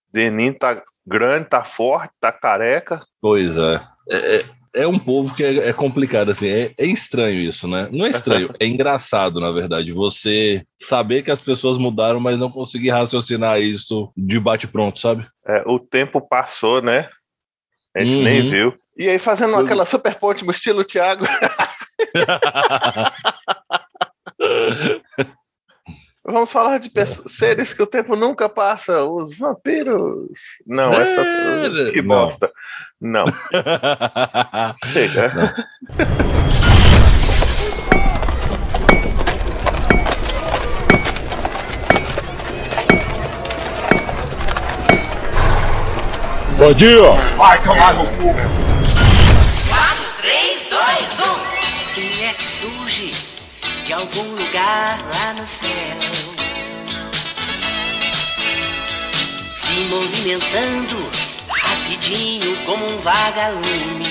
Denim tá grande, tá forte, tá careca. Pois é. É um povo que é complicado, assim, é estranho isso, né? Não é estranho, é engraçado, na verdade, você saber que as pessoas mudaram, mas não conseguir raciocinar isso de bate-pronto, sabe? O tempo passou, né? A gente nem viu. E aí, fazendo aquela super ponte no estilo Thiago. Vamos falar de seres que o tempo nunca passa, os vampiros. Não, que bosta. Não. Chega. Não. Bom dia! Vai tomar no cu! 4, 3, 2, 1. Quem é que surge de algum lugar lá no céu? Se movimentando rapidinho como um vagalume.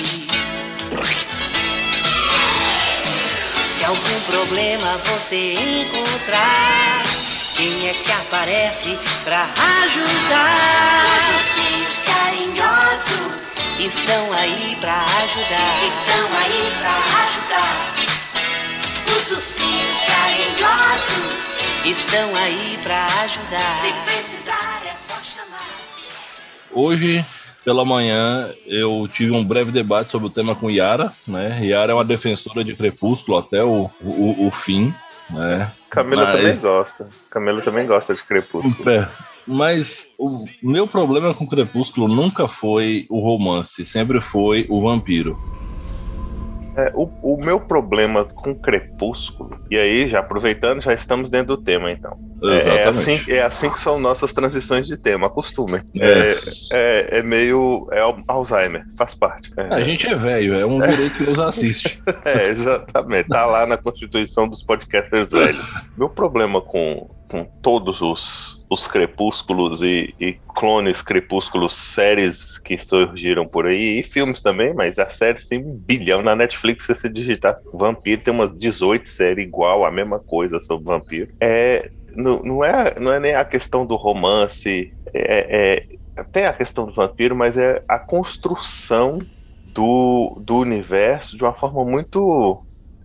Se algum problema você encontrar, quem é que aparece pra ajudar? Os ursinhos carinhosos estão aí pra ajudar. Estão aí pra ajudar. Os ursinhos carinhosos estão aí pra ajudar. Se precisar é só chamar. Hoje, pela manhã, eu tive um breve debate sobre o tema com Yara, né? Yara é uma defensora de Crepúsculo até o fim, né? Camila também gosta de Crepúsculo. Mas o meu problema com Crepúsculo nunca foi o romance, sempre foi o vampiro. O meu problema com Crepúsculo, e aí, já aproveitando, já estamos dentro do tema, então. Exatamente. É assim que são nossas transições de tema, acostumem. É meio Alzheimer, faz parte. A gente é velho, é um direito que nos assiste. Exatamente, tá lá na Constituição dos Podcasters Velhos. Meu problema com todos os Crepúsculos e clones Crepúsculos, séries que surgiram por aí, e filmes também, mas a série tem 1 bilhão. Na Netflix, se você digitar vampiro, tem umas 18 séries igual, a mesma coisa sobre vampiro. Não é nem a questão do romance, tem a questão do vampiro, mas é a construção do universo de uma forma muito...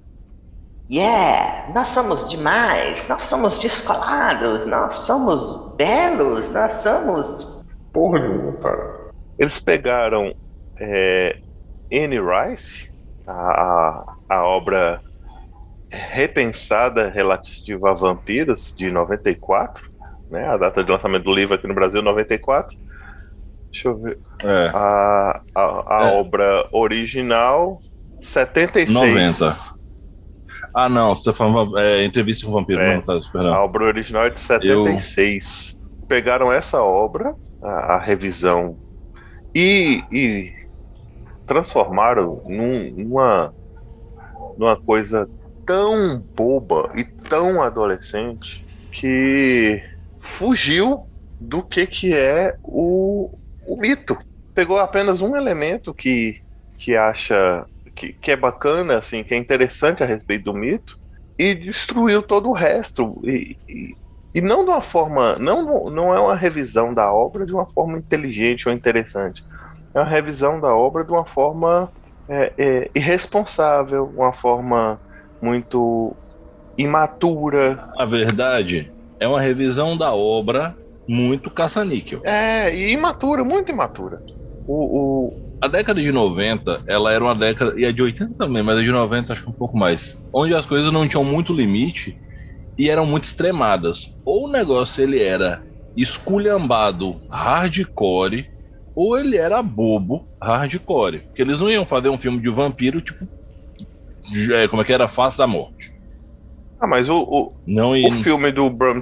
nós somos demais, nós somos descolados, nós somos belos, nós somos... Porra nenhuma, cara. Eles pegaram Anne Rice, a obra repensada relativa a vampiros de 94, né? A data de lançamento do livro aqui no Brasil, 94. Deixa eu ver. A obra original, 76. 90. Ah, não, você tá falando Entrevista com o Vampiro, não, tá, perdão. A obra original é de 76. Pegaram essa obra, a revisão, e transformaram numa coisa tão boba e tão adolescente que fugiu do que é o mito. Pegou apenas um elemento que acha que é bacana, assim, que é interessante a respeito do mito, e destruiu todo o resto. E não de uma forma... Não é uma revisão da obra de uma forma inteligente ou interessante. É uma revisão da obra de uma forma irresponsável, uma forma muito imatura. A verdade é uma revisão da obra muito caça-níquel. E imatura, muito imatura. A década de 90, ela era uma década, e a de 80 também, mas a de 90 acho que um pouco mais, onde as coisas não tinham muito limite e eram muito extremadas. Ou o negócio ele era esculhambado, hardcore, ou ele era bobo, hardcore. Porque eles não iam fazer um filme de vampiro, tipo, como é que era? Face da Morte. Mas o filme do Bram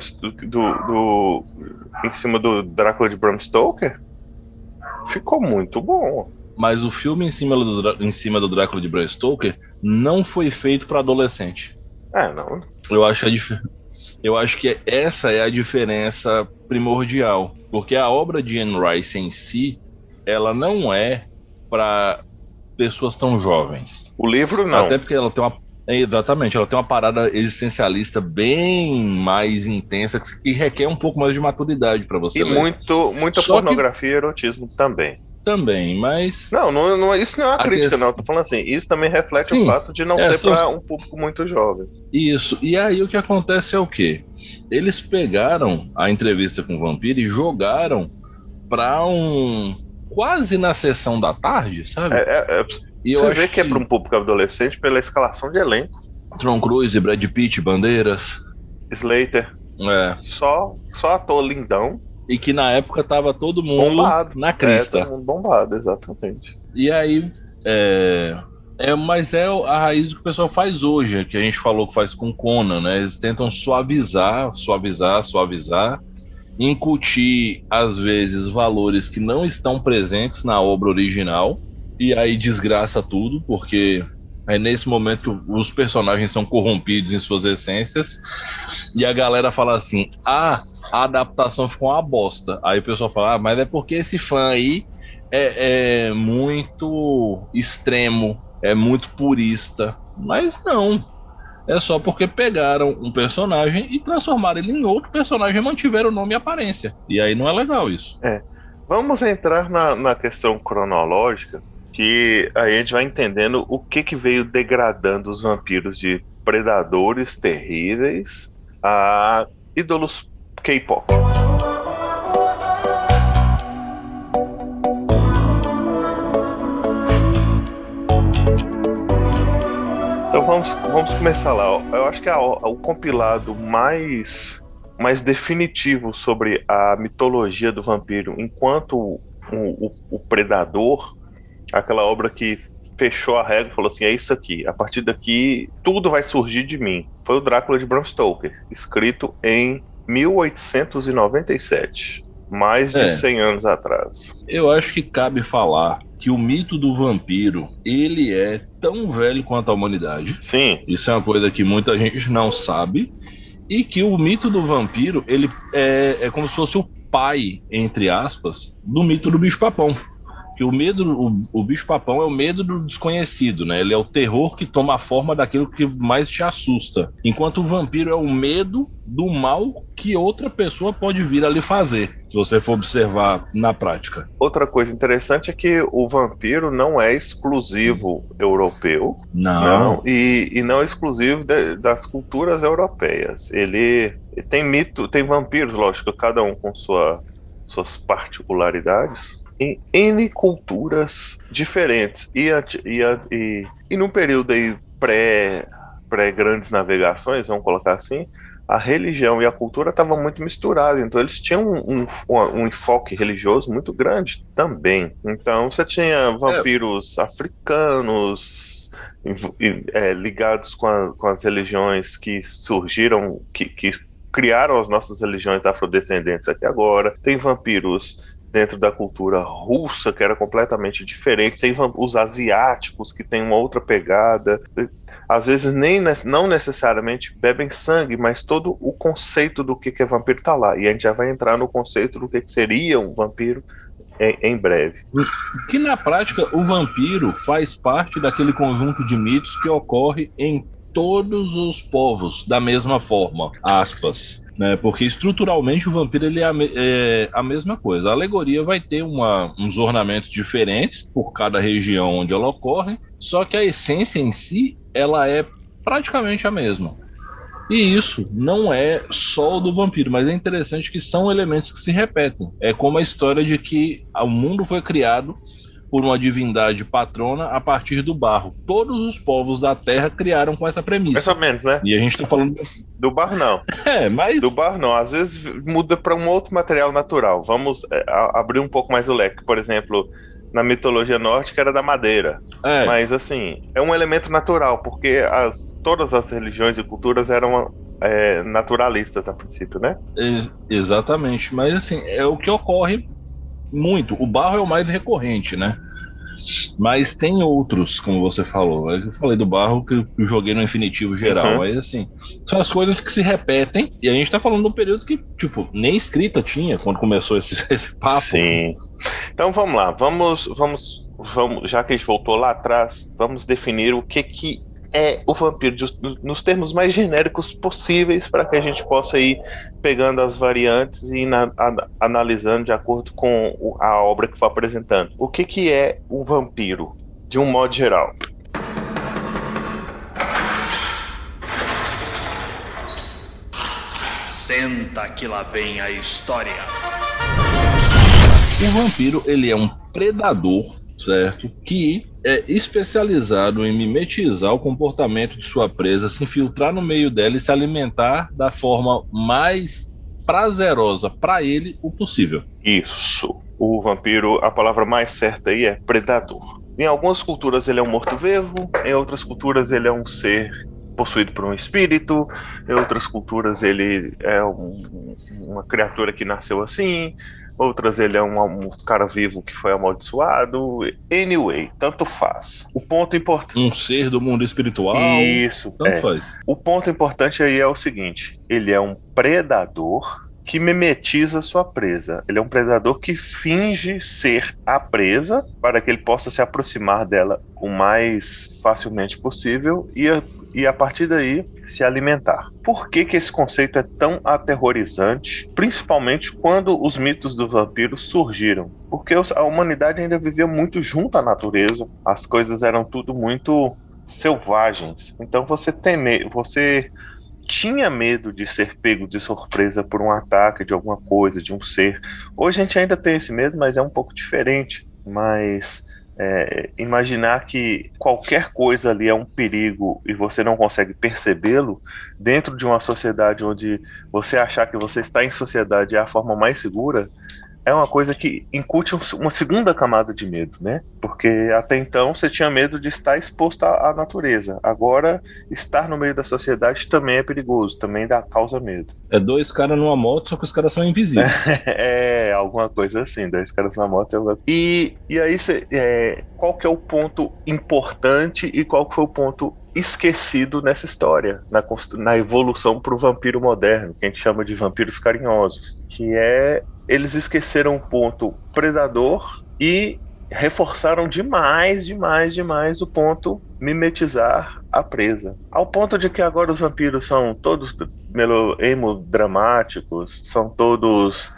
em cima do Drácula de Bram Stoker ficou muito bom. Mas o filme em cima do Drácula de Bram Stoker não foi feito para adolescente. Não. Eu acho que essa é a diferença primordial, porque a obra de Anne Rice em si, ela não é para pessoas tão jovens. O livro não. Até porque ela tem uma Exatamente, ela tem uma parada existencialista bem mais intensa que requer um pouco mais de maturidade para você E ler. muita Só que pornografia e erotismo também. também, mas Não, isso não é uma a crítica, não. questão... Eu tô falando assim, isso também reflete o Sim, fato de não ser para um público muito jovem. isso. E aí o que acontece é o quê? Eles pegaram a entrevista com o vampiro e jogaram pra quase na sessão da tarde, sabe? E eu Você acho vê que é para um público adolescente pela escalação de elenco. Tom Cruise, Brad Pitt, Bandeiras, Slater, só ator lindão. E que na época tava todo mundo bombado, na crista. Todo mundo bombado, exatamente. E aí, mas é a raiz do que o pessoal faz hoje, que a gente falou que faz com Conan, né? Eles tentam suavizar, incutir, às vezes, valores que não estão presentes na obra original, e aí desgraça tudo, porque é nesse momento que os personagens são corrompidos em suas essências, e a galera fala assim, a adaptação ficou uma bosta. Aí o pessoal fala, mas é porque esse fã aí é muito extremo, é muito purista. Mas não, é só porque pegaram um personagem e transformaram ele em outro personagem e mantiveram o nome e a aparência. E aí não é legal isso. Vamos entrar na questão cronológica, que aí a gente vai entendendo o que veio degradando os vampiros de predadores terríveis a ídolos K-pop. Então vamos começar lá. Eu acho que o compilado mais definitivo sobre a mitologia do vampiro enquanto o predador, aquela obra que fechou a regra e falou assim, é isso aqui, a partir daqui tudo vai surgir de mim, foi o Drácula de Bram Stoker, escrito em 1897, mais de 100 anos atrás. Eu acho que cabe falar que o mito do vampiro, ele é tão velho quanto a humanidade. Sim. Isso é uma coisa que muita gente não sabe. E que o mito do vampiro, ele é como se fosse o pai, entre aspas, do mito do bicho-papão. Que o bicho-papão é o medo do desconhecido, né? Ele é o terror que toma a forma daquilo que mais te assusta. Enquanto o vampiro é o medo do mal que outra pessoa pode vir a lhe fazer, se você for observar na prática. Outra coisa interessante é que o vampiro não é exclusivo europeu. Não. E não é exclusivo das culturas europeias. Ele tem tem vampiros, lógico, cada um com suas particularidades, em N culturas diferentes. E num período aí pré-grandes navegações, vamos colocar assim, a religião e a cultura estavam muito misturadas, então eles tinham um enfoque religioso muito grande também. Então você tinha vampiros africanos ligados com as religiões que surgiram, que criaram as nossas religiões afrodescendentes aqui agora. Tem vampiros dentro da cultura russa, que era completamente diferente. Tem os asiáticos, que tem uma outra pegada. Às vezes não necessariamente bebem sangue, mas todo o conceito do que é vampiro está lá. E a gente já vai entrar no conceito do que seria um vampiro em breve. Que na prática o vampiro faz parte daquele conjunto de mitos que ocorre em todos os povos da mesma forma, aspas, né? Porque estruturalmente o vampiro ele é a mesma coisa. A alegoria vai ter uns ornamentos diferentes por cada região onde ela ocorre, só que a essência em si ela é praticamente a mesma. E isso não é só o do vampiro, mas é interessante que são elementos que se repetem. É como a história de que o mundo foi criado por uma divindade patrona a partir do barro. Todos os povos da Terra criaram com essa premissa. Mais ou menos, né? E a gente tá falando... Do barro, não. Mas... Do barro, não. Às vezes muda para um outro material natural. Vamos abrir um pouco mais o leque. Por exemplo, na mitologia nórdica era da madeira. Mas, assim, é um elemento natural, porque todas as religiões e culturas eram naturalistas a princípio, né? Exatamente. Mas, assim, é o que ocorre muito. O barro é o mais recorrente, né? Mas tem outros, como você falou. Eu falei do barro que eu joguei no infinitivo geral. Mas assim, são as coisas que se repetem. E a gente tá falando de um período que, tipo, nem escrita tinha quando começou esse papo. Sim. Então vamos lá. Vamos, já que a gente voltou lá atrás, vamos definir o que é o vampiro, nos termos mais genéricos possíveis, para que a gente possa ir pegando as variantes e analisando de acordo com a obra que for apresentando. O que é o vampiro, de um modo geral? Senta que lá vem a história. O vampiro, ele é um predador, certo? Que é especializado em mimetizar o comportamento de sua presa, se infiltrar no meio dela e se alimentar da forma mais prazerosa para ele o possível. Isso. O vampiro, a palavra mais certa aí é predador. Em algumas culturas ele é um morto-vivo, em outras culturas ele é um ser possuído por um espírito, em outras culturas ele é uma criatura que nasceu assim, outras ele é um cara vivo que foi amaldiçoado. Anyway, tanto faz. O ponto importante... Um ser do mundo espiritual. Isso, tanto faz. O ponto importante aí é o seguinte: ele é um predador que mimetiza sua presa. Ele é um predador que finge ser a presa para que ele possa se aproximar dela o mais facilmente possível e a partir daí se alimentar. Por que esse conceito é tão aterrorizante, principalmente quando os mitos do vampiro surgiram? Porque a humanidade ainda vivia muito junto à natureza, as coisas eram tudo muito selvagens. Então você tinha medo de ser pego de surpresa por um ataque de alguma coisa, de um ser. Hoje a gente ainda tem esse medo, mas é um pouco diferente. Mas imaginar que qualquer coisa ali é um perigo e você não consegue percebê-lo, dentro de uma sociedade onde você achar que você está em sociedade é a forma mais segura, é uma coisa que incute uma segunda camada de medo, né? Porque até então você tinha medo de estar exposto à natureza. Agora, estar no meio da sociedade também é perigoso, também causa medo. É dois caras numa moto, só que os caras são invisíveis. Alguma coisa assim, dois caras numa moto. E aí, qual que é o ponto importante e qual que foi o ponto esquecido nessa história, na evolução para o vampiro moderno, que a gente chama de vampiros carinhosos, que eles esqueceram o ponto predador e reforçaram demais o ponto mimetizar a presa. Ao ponto de que agora os vampiros são todos hemodramáticos, são todos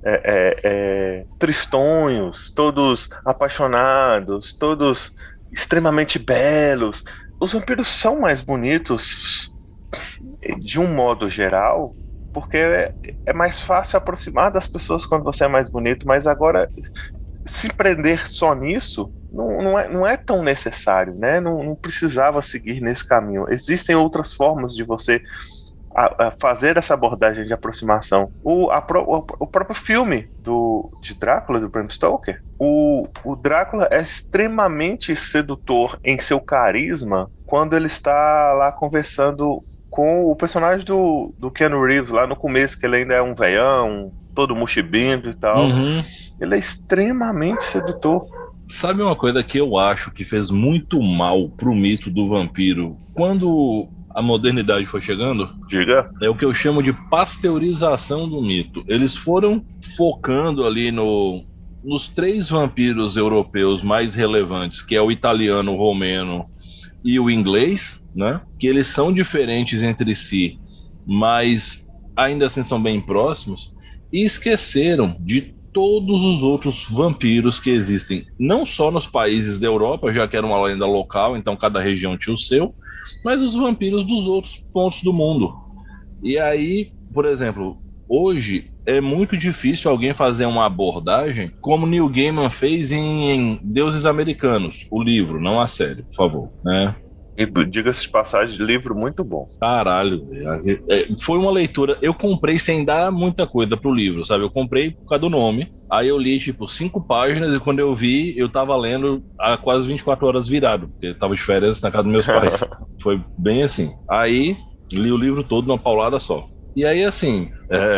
tristonhos, todos apaixonados, todos extremamente belos. Os vampiros são mais bonitos de um modo geral, porque é mais fácil aproximar das pessoas quando você é mais bonito, mas agora se prender só nisso não é tão necessário, né? Não precisava seguir nesse caminho. Existem outras formas de você fazer essa abordagem de aproximação. O próprio filme de Drácula, do Bram Stoker, o Drácula é extremamente sedutor em seu carisma quando ele está lá conversando com o personagem do Keanu Reeves lá no começo, que ele ainda é um veião, todo mochibindo e tal. Uhum. Ele é extremamente sedutor. Sabe uma coisa que eu acho que fez muito mal pro mito do vampiro quando a modernidade foi chegando? Diga. É o que eu chamo de pasteurização do mito. Eles foram focando ali nos três vampiros europeus mais relevantes, que é o italiano, o romeno e o inglês, né? Que eles são diferentes entre si, mas ainda assim são bem próximos, e esqueceram de todos os outros vampiros que existem, não só nos países da Europa, já que era uma lenda local, então cada região tinha o seu, mas os vampiros dos outros pontos do mundo. E aí, por exemplo, hoje é muito difícil alguém fazer uma abordagem como Neil Gaiman fez em Deuses Americanos, o livro, não a série, por favor, né? E diga-se de passagem, livro muito bom. Caralho, foi uma leitura. Eu comprei sem dar muita coisa pro livro, sabe? Eu comprei por causa do nome. Aí eu li, 5 páginas e quando eu vi, eu tava lendo há quase 24 horas virado, porque eu tava de férias na casa dos meus pais. Foi bem assim. Aí, li o livro todo numa paulada só. E aí, assim,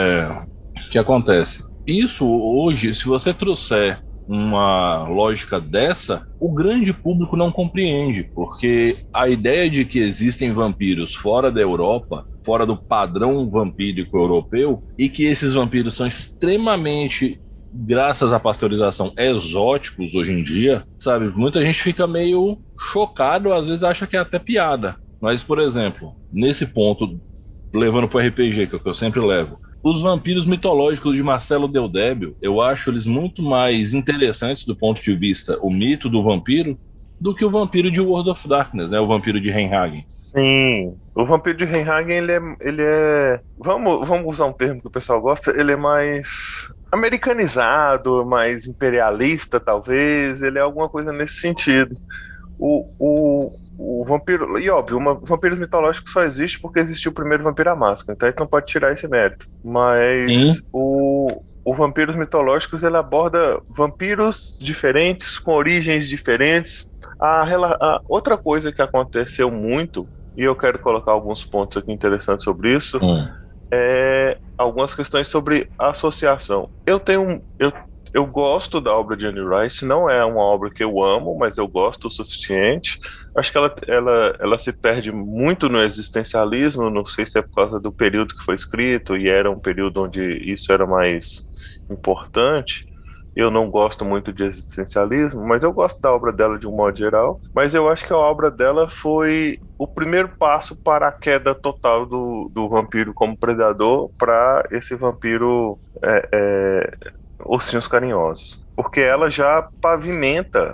o que acontece? Isso hoje, se você trouxer uma lógica dessa, o grande público não compreende, porque a ideia de que existem vampiros fora da Europa, fora do padrão vampírico europeu, e que esses vampiros são extremamente, graças à pasteurização, exóticos hoje em dia, sabe? Muita gente fica meio chocado, às vezes acha que é até piada. Mas, por exemplo, nesse ponto, levando pro RPG, que é o que eu sempre levo, os vampiros mitológicos de Marcelo Del Débio, eu acho eles muito mais interessantes do ponto de vista o mito do vampiro do que o vampiro de World of Darkness, né? O vampiro de Reinhagen. Sim, o vampiro de Reinhagen, vamos usar um termo que o pessoal gosta, ele é mais americanizado, mais imperialista, talvez, ele é alguma coisa nesse sentido. O vampiro, e óbvio, vampiros mitológicos só existe porque existiu o primeiro Vampiro à Máscara, então a gente não pode tirar esse mérito. Mas o Vampiros Mitológicos, ele aborda vampiros diferentes, com origens diferentes. Outra coisa que aconteceu muito, e eu quero colocar alguns pontos aqui interessantes sobre isso, é algumas questões sobre associação. Eu gosto da obra de Anne Rice, não é uma obra que eu amo, mas eu gosto o suficiente. Acho que ela se perde muito no existencialismo, não sei se é por causa do período que foi escrito, e era um período onde isso era mais importante. Eu não gosto muito de existencialismo, mas eu gosto da obra dela de um modo geral. Mas eu acho que a obra dela foi o primeiro passo para a queda total do vampiro como predador para esse vampiro Ursinhos Carinhosos. Porque ela já pavimenta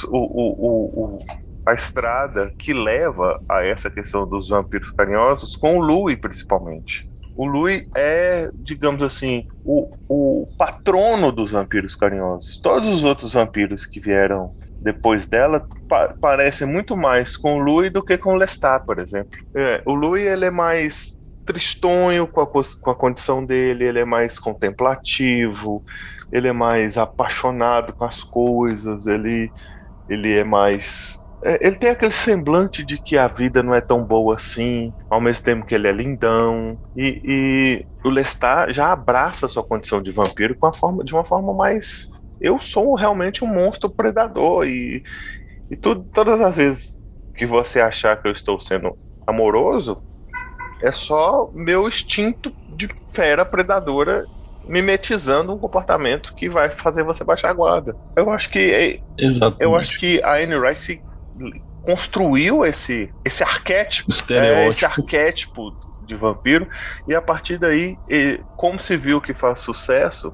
a estrada que leva a essa questão dos vampiros carinhosos com o Louis, principalmente. O Louis é, digamos assim, o patrono dos vampiros carinhosos. Todos os outros vampiros que vieram depois dela parecem muito mais com o Louis do que com o Lestat, por exemplo. O Louis, ele é mais tristonho com a condição dele, ele é mais contemplativo, ele é mais apaixonado com as coisas, ele é mais... Ele tem aquele semblante de que a vida não é tão boa assim, ao mesmo tempo que ele é lindão. E o Lestat já abraça a sua condição de vampiro de uma forma mais... Eu sou realmente um monstro predador. E todas as vezes que você achar que eu estou sendo amoroso, é só meu instinto de fera predadora mimetizando um comportamento que vai fazer você baixar a guarda. Eu acho que a Anne Rice construiu esse arquétipo, esse arquétipo de vampiro, e a partir daí, como se viu que fez sucesso,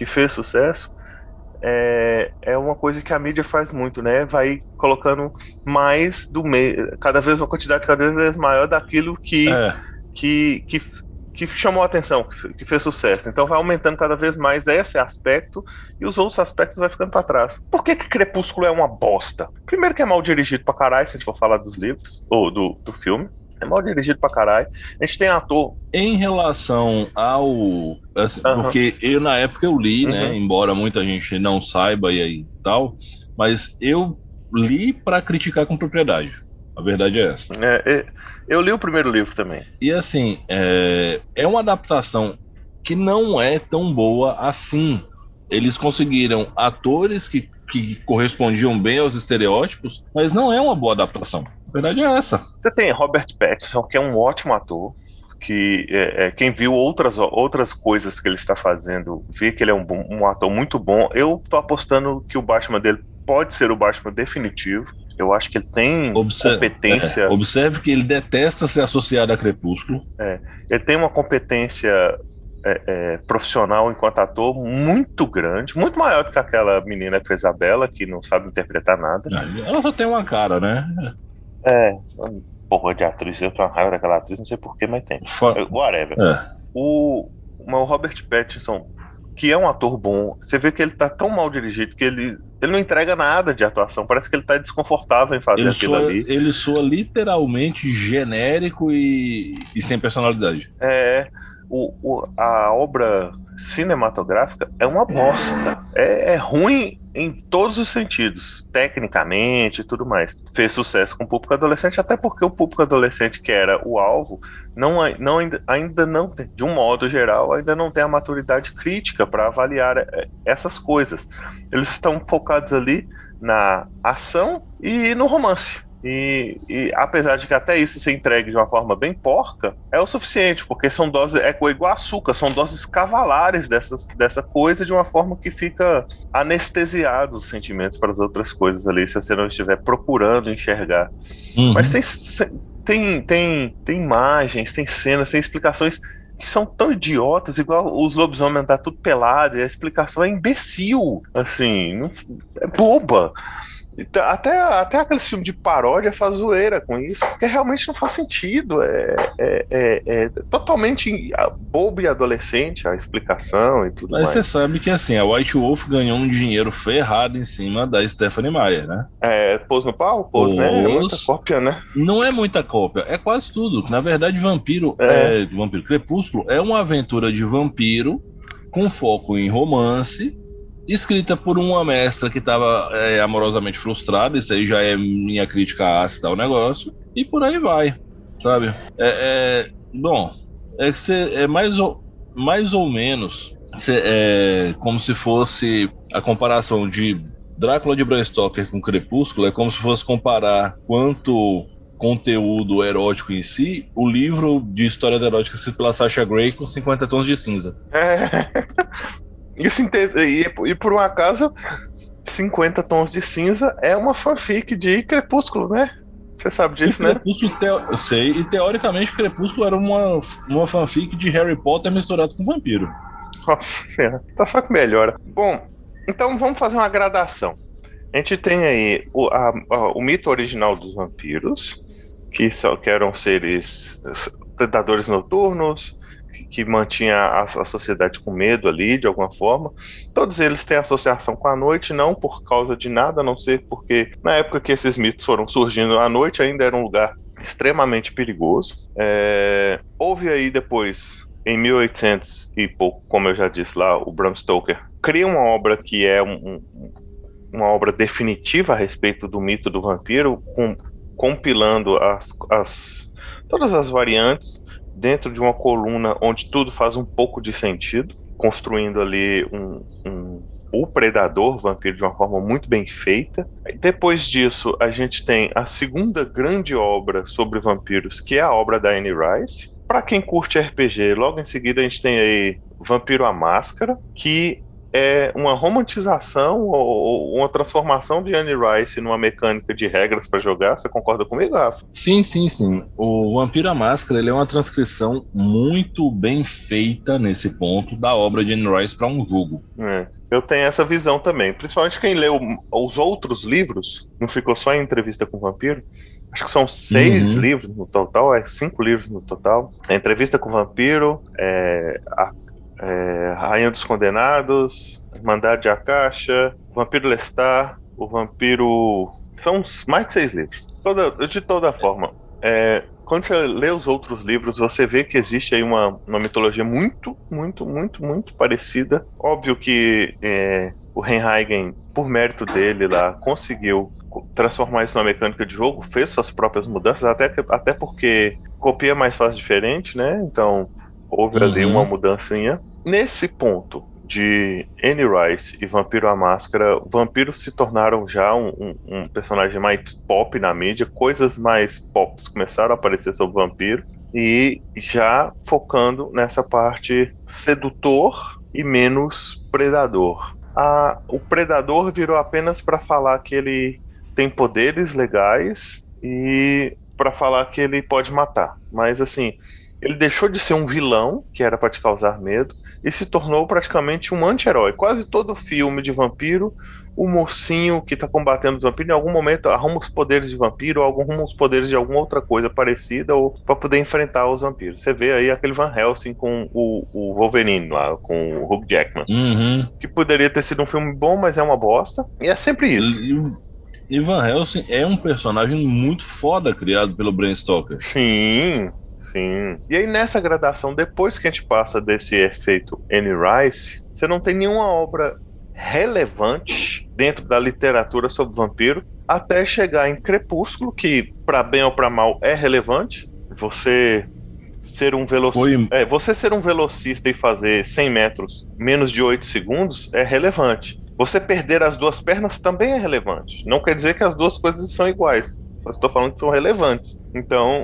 é uma coisa que a mídia faz muito, né? Vai colocando mais uma quantidade cada vez maior daquilo que chamou a atenção, que fez sucesso. Então vai aumentando cada vez mais esse aspecto e os outros aspectos vai ficando pra trás. Por que Crepúsculo é uma bosta? Primeiro que é mal dirigido pra caralho, se a gente for falar dos livros, ou do filme. É mal dirigido pra caralho. A gente tem ator... Em relação ao... Assim, porque na época eu li, né? Embora muita gente não saiba e aí tal, mas eu li pra criticar com propriedade. A verdade é essa. Eu li o primeiro livro também. E assim, é uma adaptação que não é tão boa assim. Eles conseguiram atores que correspondiam bem aos estereótipos, mas não é uma boa adaptação. A verdade é essa. Você tem Robert Pattinson, que é um ótimo ator, que quem viu outras coisas que ele está fazendo, vê que ele é um ator muito bom. Eu tô apostando que o Batman dele pode ser o Batman definitivo. Eu acho que ele tem competência... Observe que ele detesta ser associado a Crepúsculo. Ele tem uma competência profissional enquanto ator muito grande, muito maior do que aquela menina que fez a Bella, que não sabe interpretar nada. Ela só tem uma cara, né? Porra de atriz, eu tenho uma raiva daquela atriz, não sei porquê, mas tem. Whatever. O Robert Pattinson, que é um ator bom, você vê que ele tá tão mal dirigido que ele não entrega nada de atuação, parece que ele tá desconfortável em fazer aquilo ali. Ele soa literalmente genérico e sem personalidade. A obra cinematográfica é uma bosta. É ruim em todos os sentidos, tecnicamente e tudo mais. Fez sucesso com o público adolescente, até porque o público adolescente, que era o alvo, ainda não, de um modo geral, ainda não tem a maturidade crítica para avaliar essas coisas. Eles estão focados ali na ação e no romance. E apesar de que até isso se entregue de uma forma bem porca, é o suficiente, porque são doses, igual açúcar, são doses cavalares dessa coisa, de uma forma que fica anestesiado os sentimentos para as outras coisas ali, se você não estiver procurando enxergar. Mas tem imagens, tem cenas, tem explicações que são tão idiotas, igual os lobisomens andar tudo pelado, e a explicação é imbecil, assim, é boba. Então, até aqueles filmes de paródia faz zoeira com isso, porque realmente não faz sentido. É totalmente bobo e adolescente a explicação e tudo Mas mais. você sabe que assim, a White Wolf ganhou um dinheiro ferrado em cima da Stephenie Meyer, né? Pôs no pau? Pôs, né? É muita cópia, né? Não é muita cópia, é quase tudo. Na verdade, Vampiro Crepúsculo é uma aventura de vampiro com foco em romance, escrita por uma mestra que estava amorosamente frustrada. Isso aí já é minha crítica ácida ao negócio, e por aí vai, sabe? Bom, é mais ou menos como se fosse a comparação de Drácula de Bram Stoker com Crepúsculo. É como se fosse comparar quanto conteúdo erótico em si o livro de história erótica escrito pela Sasha Grey com 50 Tons de Cinza. Isso, e por um acaso 50 Tons de Cinza é uma fanfic de Crepúsculo, né? Você sabe disso, né? Eu sei, e teoricamente Crepúsculo era uma fanfic de Harry Potter misturado com vampiro. Nossa, tá só que melhora. Bom, então vamos fazer uma gradação. A gente tem aí o mito original dos vampiros, que eram seres predadores noturnos, que mantinha a sociedade com medo ali, de alguma forma. Todos eles têm associação com a noite, não por causa de nada, a não ser porque na época que esses mitos foram surgindo, a noite ainda era um lugar extremamente perigoso. Houve aí depois, em 1800 e pouco, como eu já disse lá, o Bram Stoker cria uma obra que é uma obra definitiva a respeito do mito do vampiro, compilando todas as variantes dentro de uma coluna onde tudo faz um pouco de sentido, construindo ali o predador vampiro de uma forma muito bem feita. Depois disso, a gente tem a segunda grande obra sobre vampiros, que é a obra da Anne Rice. Para quem curte RPG, logo em seguida a gente tem aí Vampiro à Máscara, que é uma romantização ou uma transformação de Anne Rice numa mecânica de regras para jogar. Você concorda comigo, Rafa? Sim. O Vampiro à Máscara, ele é uma transcrição muito bem feita nesse ponto da obra de Anne Rice para um jogo. Eu tenho essa visão também. Principalmente quem leu os outros livros, não ficou só em Entrevista com o Vampiro. Acho que são 6 livros no total, 5 livros no total. A Entrevista com o Vampiro, Rainha dos Condenados, Irmandade de Akasha, Vampiro Lestat, o Vampiro... São mais de 6 livros. De toda forma, quando você lê os outros livros, você vê que existe aí uma mitologia muito, muito, muito, muito parecida. Óbvio que o Reinhagen, por mérito dele lá, conseguiu transformar isso numa mecânica de jogo, fez suas próprias mudanças, até porque copia mais fácil diferente, né? Então houve ali uma mudancinha. Nesse ponto de Anne Rice e Vampiro à Máscara, vampiros se tornaram já um personagem mais pop na mídia, coisas mais pop começaram a aparecer sobre vampiro, e já focando nessa parte sedutor e menos predador. O predador virou apenas para falar que ele tem poderes legais e para falar que ele pode matar, mas assim, ele deixou de ser um vilão, que era para te causar medo, e se tornou praticamente um anti-herói. Quase todo filme de vampiro, o mocinho que está combatendo os vampiros, em algum momento arruma os poderes de vampiro, ou arruma os poderes de alguma outra coisa parecida, ou para poder enfrentar os vampiros. Você vê aí aquele Van Helsing com o Wolverine lá, com o Hugh Jackman, que poderia ter sido um filme bom, mas é uma bosta, e é sempre isso. E Van Helsing é um personagem muito foda criado pelo Bram Stoker. Sim. E aí nessa gradação, depois que a gente passa desse efeito Anne Rice, você não tem nenhuma obra relevante dentro da literatura sobre vampiro, até chegar em Crepúsculo, que para bem ou para mal é relevante. Você ser um velocista e fazer 100 metros menos de 8 segundos é relevante. Você perder as 2 pernas também é relevante. Não quer dizer que as 2 coisas são iguais, só estou falando que são relevantes. Então,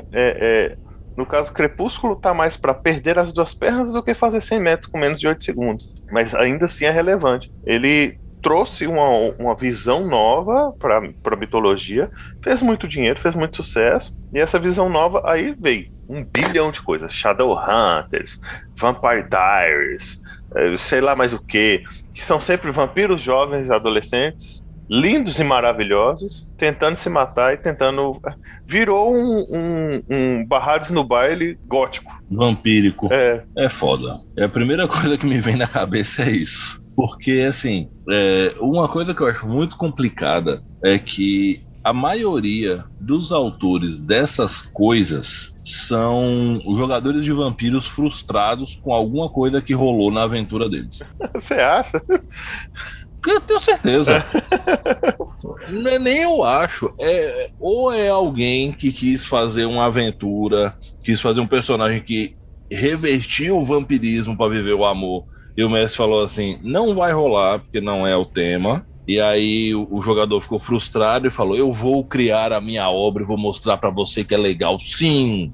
no caso, Crepúsculo tá mais para perder as 2 pernas do que fazer 100 metros com menos de 8 segundos. Mas ainda assim é relevante. Ele trouxe uma visão nova para a mitologia, fez muito dinheiro, fez muito sucesso, e essa visão nova aí veio 1 bilhão de coisas, Shadowhunters, Vampire Diaries, sei lá mais o que são sempre vampiros jovens, adolescentes, lindos e maravilhosos, tentando se matar e tentando... Virou um Barrados no Baile gótico. Vampírico. É foda. A primeira coisa que me vem na cabeça é isso. Porque, assim, uma coisa que eu acho muito complicada é que a maioria dos autores dessas coisas são jogadores de vampiros frustrados com alguma coisa que rolou na aventura deles. Você acha? Eu tenho certeza. Não é nem eu acho. Ou é alguém que quis fazer uma aventura, quis fazer um personagem que revertiu o vampirismo para viver o amor. E o mestre falou assim, não vai rolar, porque não é o tema. E aí o jogador ficou frustrado e falou, eu vou criar a minha obra e vou mostrar pra você que é legal. Sim!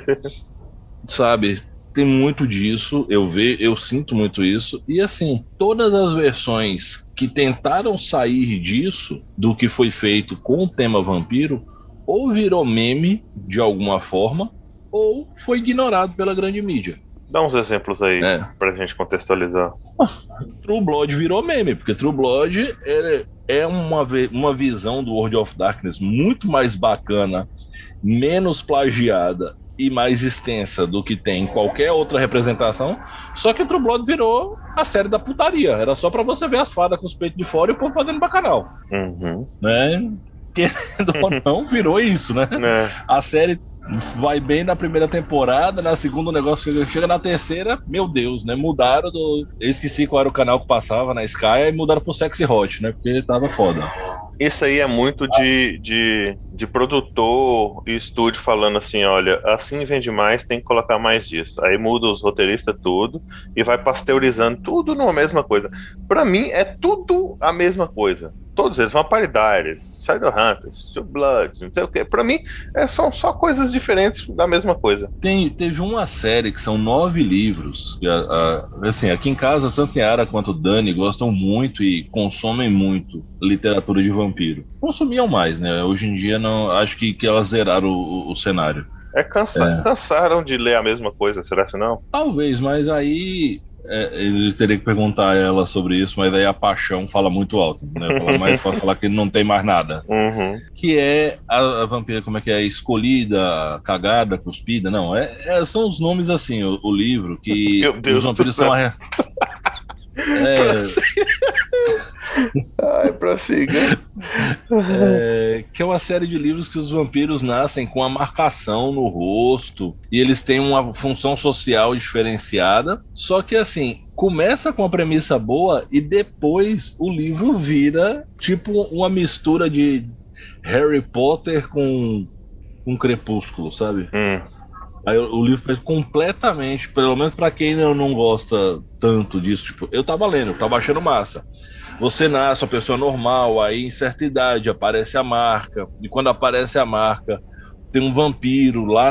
Sabe? Tem muito disso, eu sinto muito isso. E assim, todas as versões que tentaram sair disso, do que foi feito com o tema vampiro, ou virou meme de alguma forma, ou foi ignorado pela grande mídia. Dá uns exemplos aí pra gente contextualizar. True Blood virou meme, porque True Blood é uma visão do World of Darkness muito mais bacana, menos plagiada e mais extensa do que tem em qualquer outra representação. Só que True Blood virou a série da putaria. Era só pra você ver as fadas com os peitos de fora e o povo fazendo bacanal. Né? Querendo ou não, virou isso, né? A série vai bem na primeira temporada, na segunda o negócio chega na terceira, meu Deus, né? Mudaram eu esqueci qual era o canal que passava na Sky e mudaram pro Sexy Hot, né? Porque tava foda. Isso aí é muito de produtor e estúdio falando assim, olha, assim vende mais, tem que colocar mais disso. Aí muda os roteiristas tudo e vai pasteurizando tudo numa mesma coisa. Pra mim é tudo a mesma coisa. Todos eles, Vampire Diaries, Shadowhunters, True Blood, não sei o que. Pra mim são só coisas diferentes da mesma coisa. Teve uma série que são 9 livros. Assim, aqui em casa, tanto Yara quanto o Dani gostam muito e consomem muito literatura de vampiro. Consumiam mais, né? Hoje em dia não, acho que elas zeraram o cenário. Cansaram de ler a mesma coisa, será que não? Talvez, mas aí eu teria que perguntar a ela sobre isso, mas aí a paixão fala muito alto, né? Fala mais fácil falar que não tem mais nada. Que é a vampira, como é que é? Escolhida, cagada, cuspida? Não, são os nomes assim, o livro, que os vampiros são Ai, prossiga. Que é uma série de livros que os vampiros nascem com a marcação no rosto e eles têm uma função social diferenciada. Só que assim, começa com uma premissa boa e depois o livro vira tipo uma mistura de Harry Potter com Crepúsculo, sabe? Aí o livro foi completamente, pelo menos pra quem não gosta tanto disso, tipo, eu tava lendo, tava achando massa. Você nasce uma pessoa normal, aí em certa idade aparece a marca, e quando aparece a marca, tem um vampiro lá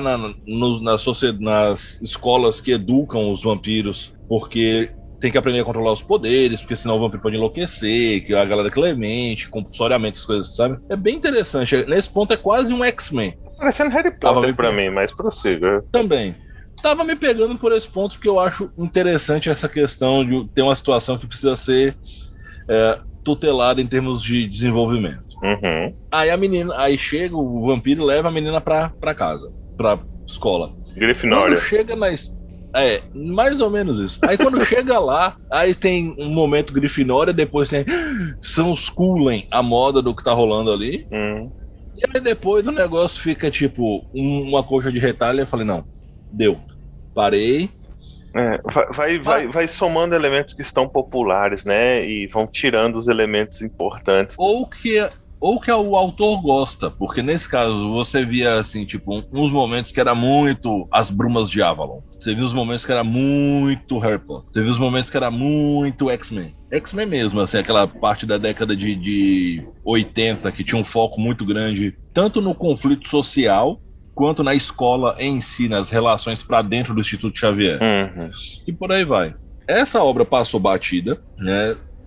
nas escolas que educam os vampiros, porque tem que aprender a controlar os poderes, porque senão o vampiro pode enlouquecer, que a galera que lemente, compulsoriamente, essas coisas, sabe? É bem interessante, nesse ponto é quase um X-Men. Parecendo Harry Potter pra mim, mas prossiga. Também. Tava me pegando por esse ponto porque eu acho interessante essa questão de ter uma situação que precisa ser tutelada em termos de desenvolvimento. Aí chega o vampiro e leva a menina pra casa, pra escola. Grifinória. Quando chega mais ou menos isso. Aí quando chega lá, aí tem um momento Grifinória, depois tem são os Cullen, a moda do que tá rolando ali. E aí depois o negócio fica tipo uma coxa de retalho. Eu falei, não, deu. Parei. Vai somando elementos que estão populares, né? E vão tirando os elementos importantes. Ou que o autor gosta, porque nesse caso você via assim, tipo, uns momentos que era muito As Brumas de Avalon. Você viu os momentos que era muito Harry Potter. Você viu os momentos que era muito X-Men. X-Men mesmo, assim, aquela parte da década de 80 que tinha um foco muito grande, tanto no conflito social, quanto na escola em si, nas relações para dentro do Instituto Xavier. E por aí vai. Essa obra passou batida, né?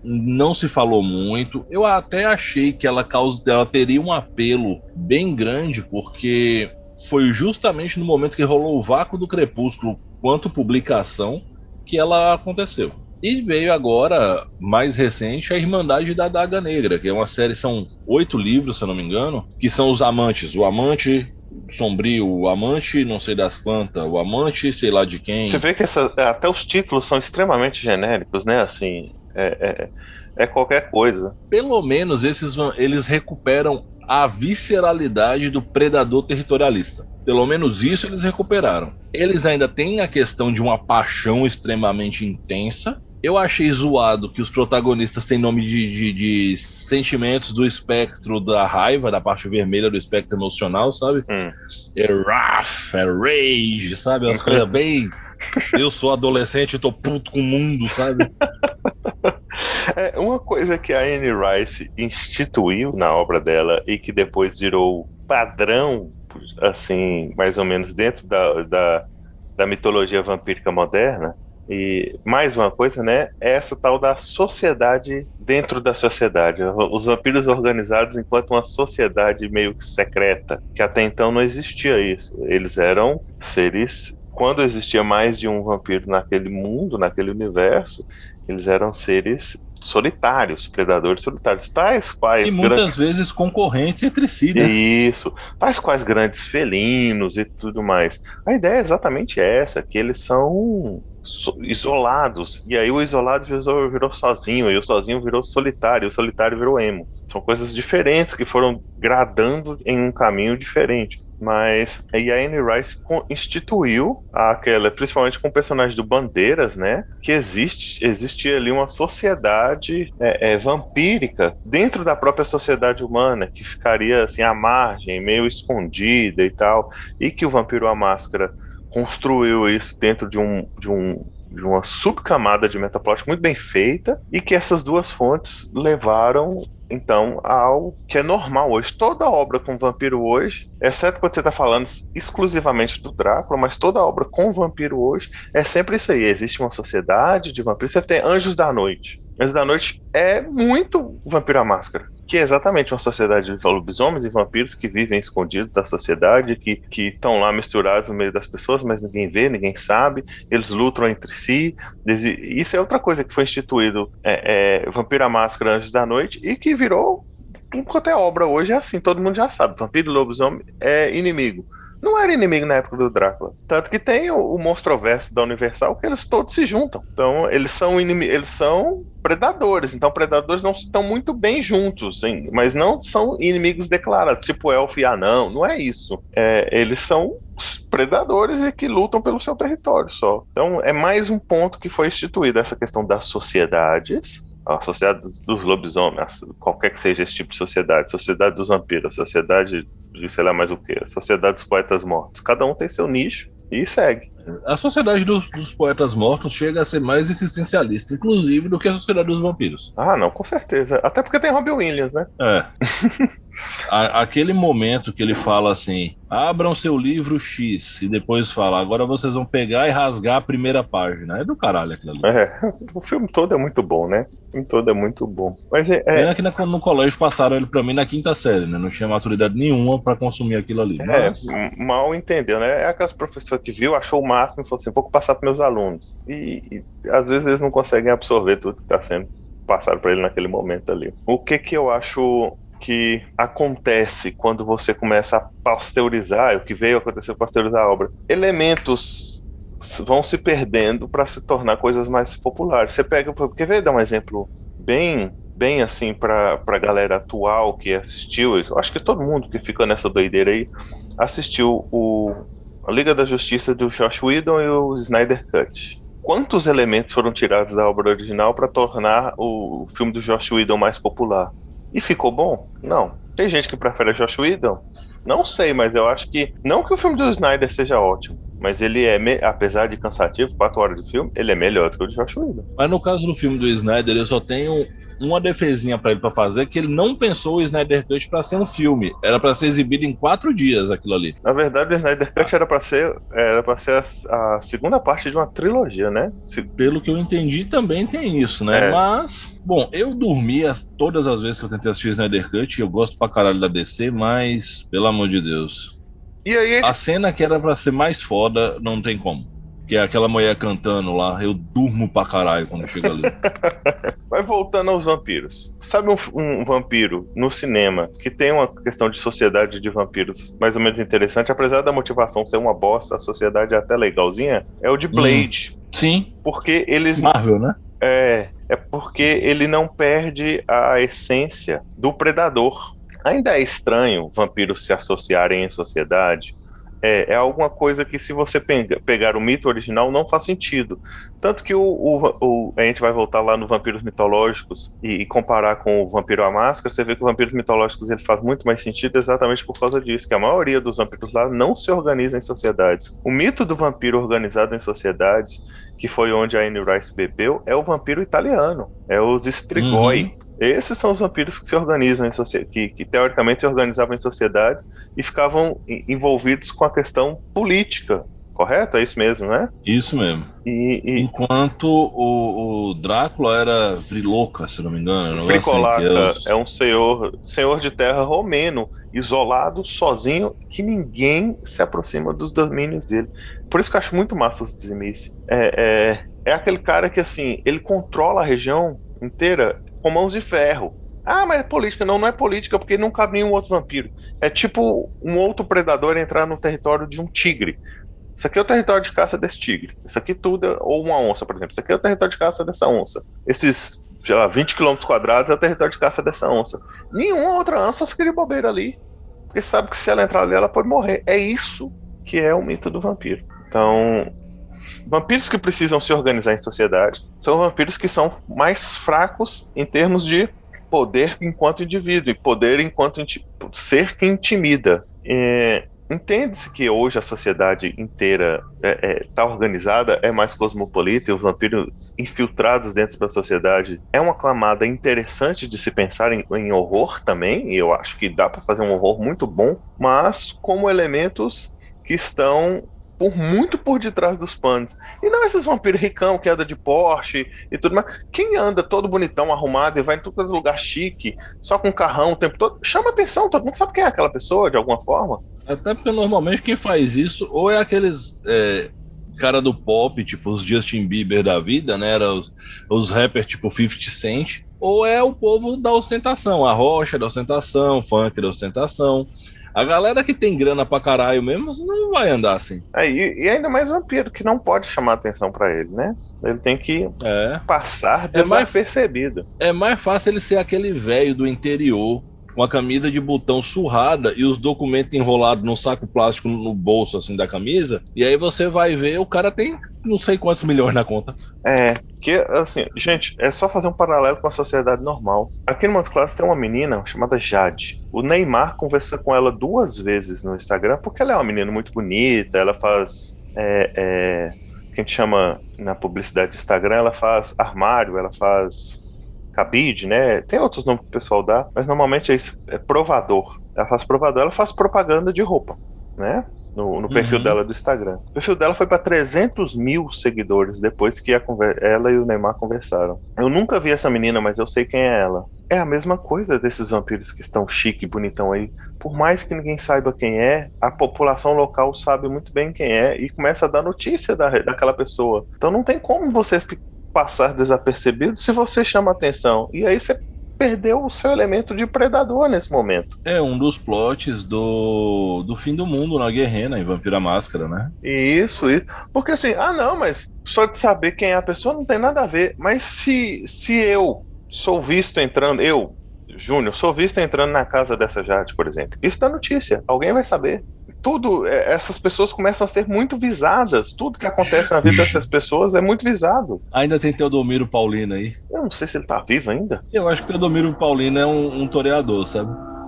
não se falou muito. Eu até achei que ela teria um apelo bem grande, porque foi justamente no momento que rolou o vácuo do Crepúsculo quanto publicação que ela aconteceu. E veio agora, mais recente, a Irmandade da Adaga Negra, que é uma série, são 8 livros, se eu não me engano, que são os amantes. O amante sombrio, o amante não sei das quantas, o amante sei lá de quem. Você vê que até os títulos são extremamente genéricos, né? Assim, é qualquer coisa. Pelo menos eles recuperam a visceralidade do predador territorialista. Pelo menos isso eles recuperaram. Eles ainda têm a questão de uma paixão extremamente intensa. Eu achei zoado que os protagonistas têm nome de sentimentos do espectro da raiva, da parte vermelha do espectro emocional, sabe? É wrath, é rage, sabe? As coisas bem... Eu sou adolescente e tô puto com o mundo, sabe? Uma coisa que a Anne Rice instituiu na obra dela e que depois virou padrão, assim, mais ou menos dentro da mitologia vampírica moderna, e mais uma coisa, né, é essa tal da sociedade dentro da sociedade, os vampiros organizados enquanto uma sociedade meio que secreta, que até então não existia isso. Eles eram seres, quando existia mais de um vampiro naquele mundo, naquele universo, eles eram seres solitários, predadores solitários, tais quais... E muitas vezes concorrentes entre si, né? Isso, tais quais grandes felinos e tudo mais. A ideia é exatamente essa, que eles são isolados, e aí o isolado virou sozinho, e o sozinho virou solitário, e o solitário virou emo. São coisas diferentes que foram gradando em um caminho diferente. Mas aí a Anne Rice instituiu aquela, principalmente com o personagem do Bandeiras, né? Que existia ali uma sociedade vampírica dentro da própria sociedade humana, que ficaria assim à margem, meio escondida e tal, e que o Vampiro à Máscara construiu isso dentro de uma subcamada de metaplot muito bem feita, e que essas duas fontes levaram então ao que é normal hoje. Toda obra com vampiro hoje, exceto quando você está falando exclusivamente do Drácula, mas toda obra com vampiro hoje é sempre isso aí. Existe uma sociedade de vampiros. Você tem Anjos da Noite. Anjos da Noite é muito Vampiro à Máscara, que é exatamente uma sociedade de lobisomens e vampiros que vivem escondidos da sociedade, que estão lá misturados no meio das pessoas, mas ninguém vê, ninguém sabe, eles lutam entre si. Isso é outra coisa que foi instituído, Vampiro à Máscara, Anjos da Noite, e que virou, enquanto é obra hoje, é assim, todo mundo já sabe, vampiro e lobisomem é inimigo. Não era inimigo na época do Drácula. Tanto que tem o Monstroverso da Universal, que eles todos se juntam. Então, eles são predadores. Então, predadores não estão muito bem juntos, hein? Mas não são inimigos declarados, tipo elfo e anão. Não é isso. Eles são predadores e que lutam pelo seu território só. Então, é mais um ponto que foi instituído, essa questão das sociedades. A sociedade dos lobisomens, qualquer que seja esse tipo de sociedade dos vampiros, sociedade de sei lá mais o que, sociedade dos poetas mortos, cada um tem seu nicho e segue. A sociedade dos poetas mortos chega a ser mais existencialista, inclusive, do que a sociedade dos vampiros. Ah, não, com certeza. Até porque tem Robin Williams, né? Aquele momento que ele fala assim, abram seu livro X, e depois fala, agora vocês vão pegar e rasgar a primeira página. É do caralho aquilo ali. O filme todo é muito bom, né? O filme todo é muito bom. Mas Pena que no colégio passaram ele pra mim na quinta série, né? Não tinha maturidade nenhuma pra consumir aquilo ali. Mas... mal entendeu, né? É aquelas professoras que viu, achou o máximo e falou assim, vou passar para meus alunos. E às vezes eles não conseguem absorver tudo que está sendo passado para ele naquele momento ali. O que eu acho que acontece quando você começa a pasteurizar, o que veio acontecer pasteurizar a obra? Elementos vão se perdendo para se tornar coisas mais populares. Você pega, quer ver, dar um exemplo bem assim para a galera atual que assistiu, eu acho que todo mundo que fica nessa doideira aí assistiu a Liga da Justiça do Joss Whedon e o Snyder Cut. Quantos elementos foram tirados da obra original para tornar o filme do Joss Whedon mais popular? E ficou bom? Não. Tem gente que prefere o Joss Whedon? Não sei, mas eu acho que... Não que o filme do Snyder seja ótimo, mas ele apesar de cansativo, 4 horas de filme, ele é melhor do que o de Joss Whedon. Mas no caso do filme do Snyder, eu só tenho uma defesinha pra ele pra fazer, que ele não pensou o Snyder Cut pra ser um filme. Era pra ser exibido em 4 dias aquilo ali. Na verdade, o Snyder Cut era pra ser a segunda parte de uma trilogia, né? Pelo que eu entendi, também tem isso, né? Mas, bom, eu dormi todas as vezes que eu tentei assistir o Snyder Cut. Eu gosto pra caralho da DC, mas, pelo amor de Deus. E aí, a cena que era pra ser mais foda, não tem como. Que é aquela mulher cantando lá, eu durmo pra caralho quando chega ali. Mas voltando aos vampiros. Sabe um vampiro no cinema que tem uma questão de sociedade de vampiros mais ou menos interessante, apesar da motivação ser uma bosta, a sociedade é até legalzinha? É o de Blade. Sim. Porque eles... Marvel, né? É porque ele não perde a essência do predador. Ainda é estranho vampiros se associarem em sociedade. É alguma coisa que, se você pegar o mito original, não faz sentido. Tanto que a gente vai voltar lá no Vampiros Mitológicos e comparar com o Vampiro à Máscara, você vê que o Vampiros Mitológicos ele faz muito mais sentido exatamente por causa disso, que a maioria dos vampiros lá não se organiza em sociedades. O mito do vampiro organizado em sociedades, que foi onde a Anne Rice bebeu, é o vampiro italiano, é os Strigoi. Esses são os vampiros que se organizam que teoricamente se organizavam em sociedades e ficavam envolvidos com a questão política, correto? É isso mesmo, né? Isso mesmo. Enquanto o Drácula era Friloca, se não me engano. Fricolaca é um senhor de terra romeno, isolado, sozinho, que ninguém se aproxima dos domínios dele. Por isso que eu acho muito massa os Dizimice. É aquele cara que, assim, ele controla a região inteira com mãos de ferro. Ah, mas é política. Não é política, porque não cabe nenhum outro vampiro. É tipo um outro predador entrar no território de um tigre. Isso aqui é o território de caça desse tigre. Isso aqui tudo ou uma onça, por exemplo. Isso aqui é o território de caça dessa onça. Esses, sei lá, 20 km² é o território de caça dessa onça. Nenhuma outra onça fica de bobeira ali. Porque sabe que se ela entrar ali, ela pode morrer. É isso que é o mito do vampiro. Então... vampiros que precisam se organizar em sociedade são vampiros que são mais fracos em termos de poder enquanto indivíduo e poder enquanto ser que intimida. Entende-se que hoje a sociedade inteira está organizada, é mais cosmopolita, e os vampiros infiltrados dentro da sociedade é uma camada interessante de se pensar em horror também, e eu acho que dá para fazer um horror muito bom, mas como elementos que estão muito por detrás dos panos. E não esses vampiros ricão que anda de Porsche e tudo mais. Quem anda todo bonitão, arrumado e vai em todo lugar chique, só com carrão o tempo todo, chama atenção, todo mundo sabe quem é aquela pessoa, de alguma forma. Até porque normalmente quem faz isso ou é aqueles cara do pop, tipo os Justin Bieber da vida, né? Era os rappers tipo 50 Cent, ou é o povo da ostentação, a rocha da ostentação, funk da ostentação. A galera que tem grana pra caralho mesmo não vai andar assim. E ainda mais vampiro, que não pode chamar atenção pra ele, né? Ele tem que passar desapercebido. É mais fácil ele ser aquele velho do interior, com a camisa de botão surrada e os documentos enrolados num saco plástico no bolso assim da camisa, e aí você vai ver, o cara tem não sei quantos milhões na conta. Que assim, gente, é só fazer um paralelo com a sociedade normal. Aqui no Montes Claros tem uma menina chamada Jade. O Neymar conversou com ela 2 vezes no Instagram, porque ela é uma menina muito bonita, ela faz que a gente chama na publicidade do Instagram, ela faz armário, ela faz cabide, né? Tem outros nomes que o pessoal dá, mas normalmente é isso, é provador. Ela faz provador, ela faz propaganda de roupa, né? No perfil dela do Instagram. O perfil dela foi para 300 mil seguidores depois que ela e o Neymar conversaram. Eu nunca vi essa menina, mas eu sei quem é ela. É a mesma coisa desses vampiros que estão chique, bonitão aí. Por mais que ninguém saiba quem é, a população local sabe muito bem quem é e começa a dar notícia daquela pessoa. Então não tem como você passar desapercebido se você chama atenção. E aí você perdeu o seu elemento de predador nesse momento. É um dos plots do fim do mundo na Guerrena, em Vampiro à Máscara, né? Isso. Porque assim, não, mas só de saber quem é a pessoa não tem nada a ver. Mas se eu sou visto entrando, Júnior, sou visto entrando na casa dessa Jade, por exemplo, isso dá notícia, alguém vai saber. Tudo, essas pessoas começam a ser muito visadas. Tudo que acontece na vida dessas pessoas é muito visado. Ainda tem Teodomiro Paulino aí. Eu não sei se ele tá vivo ainda. Eu acho que Teodomiro Paulino é um toreador, sabe?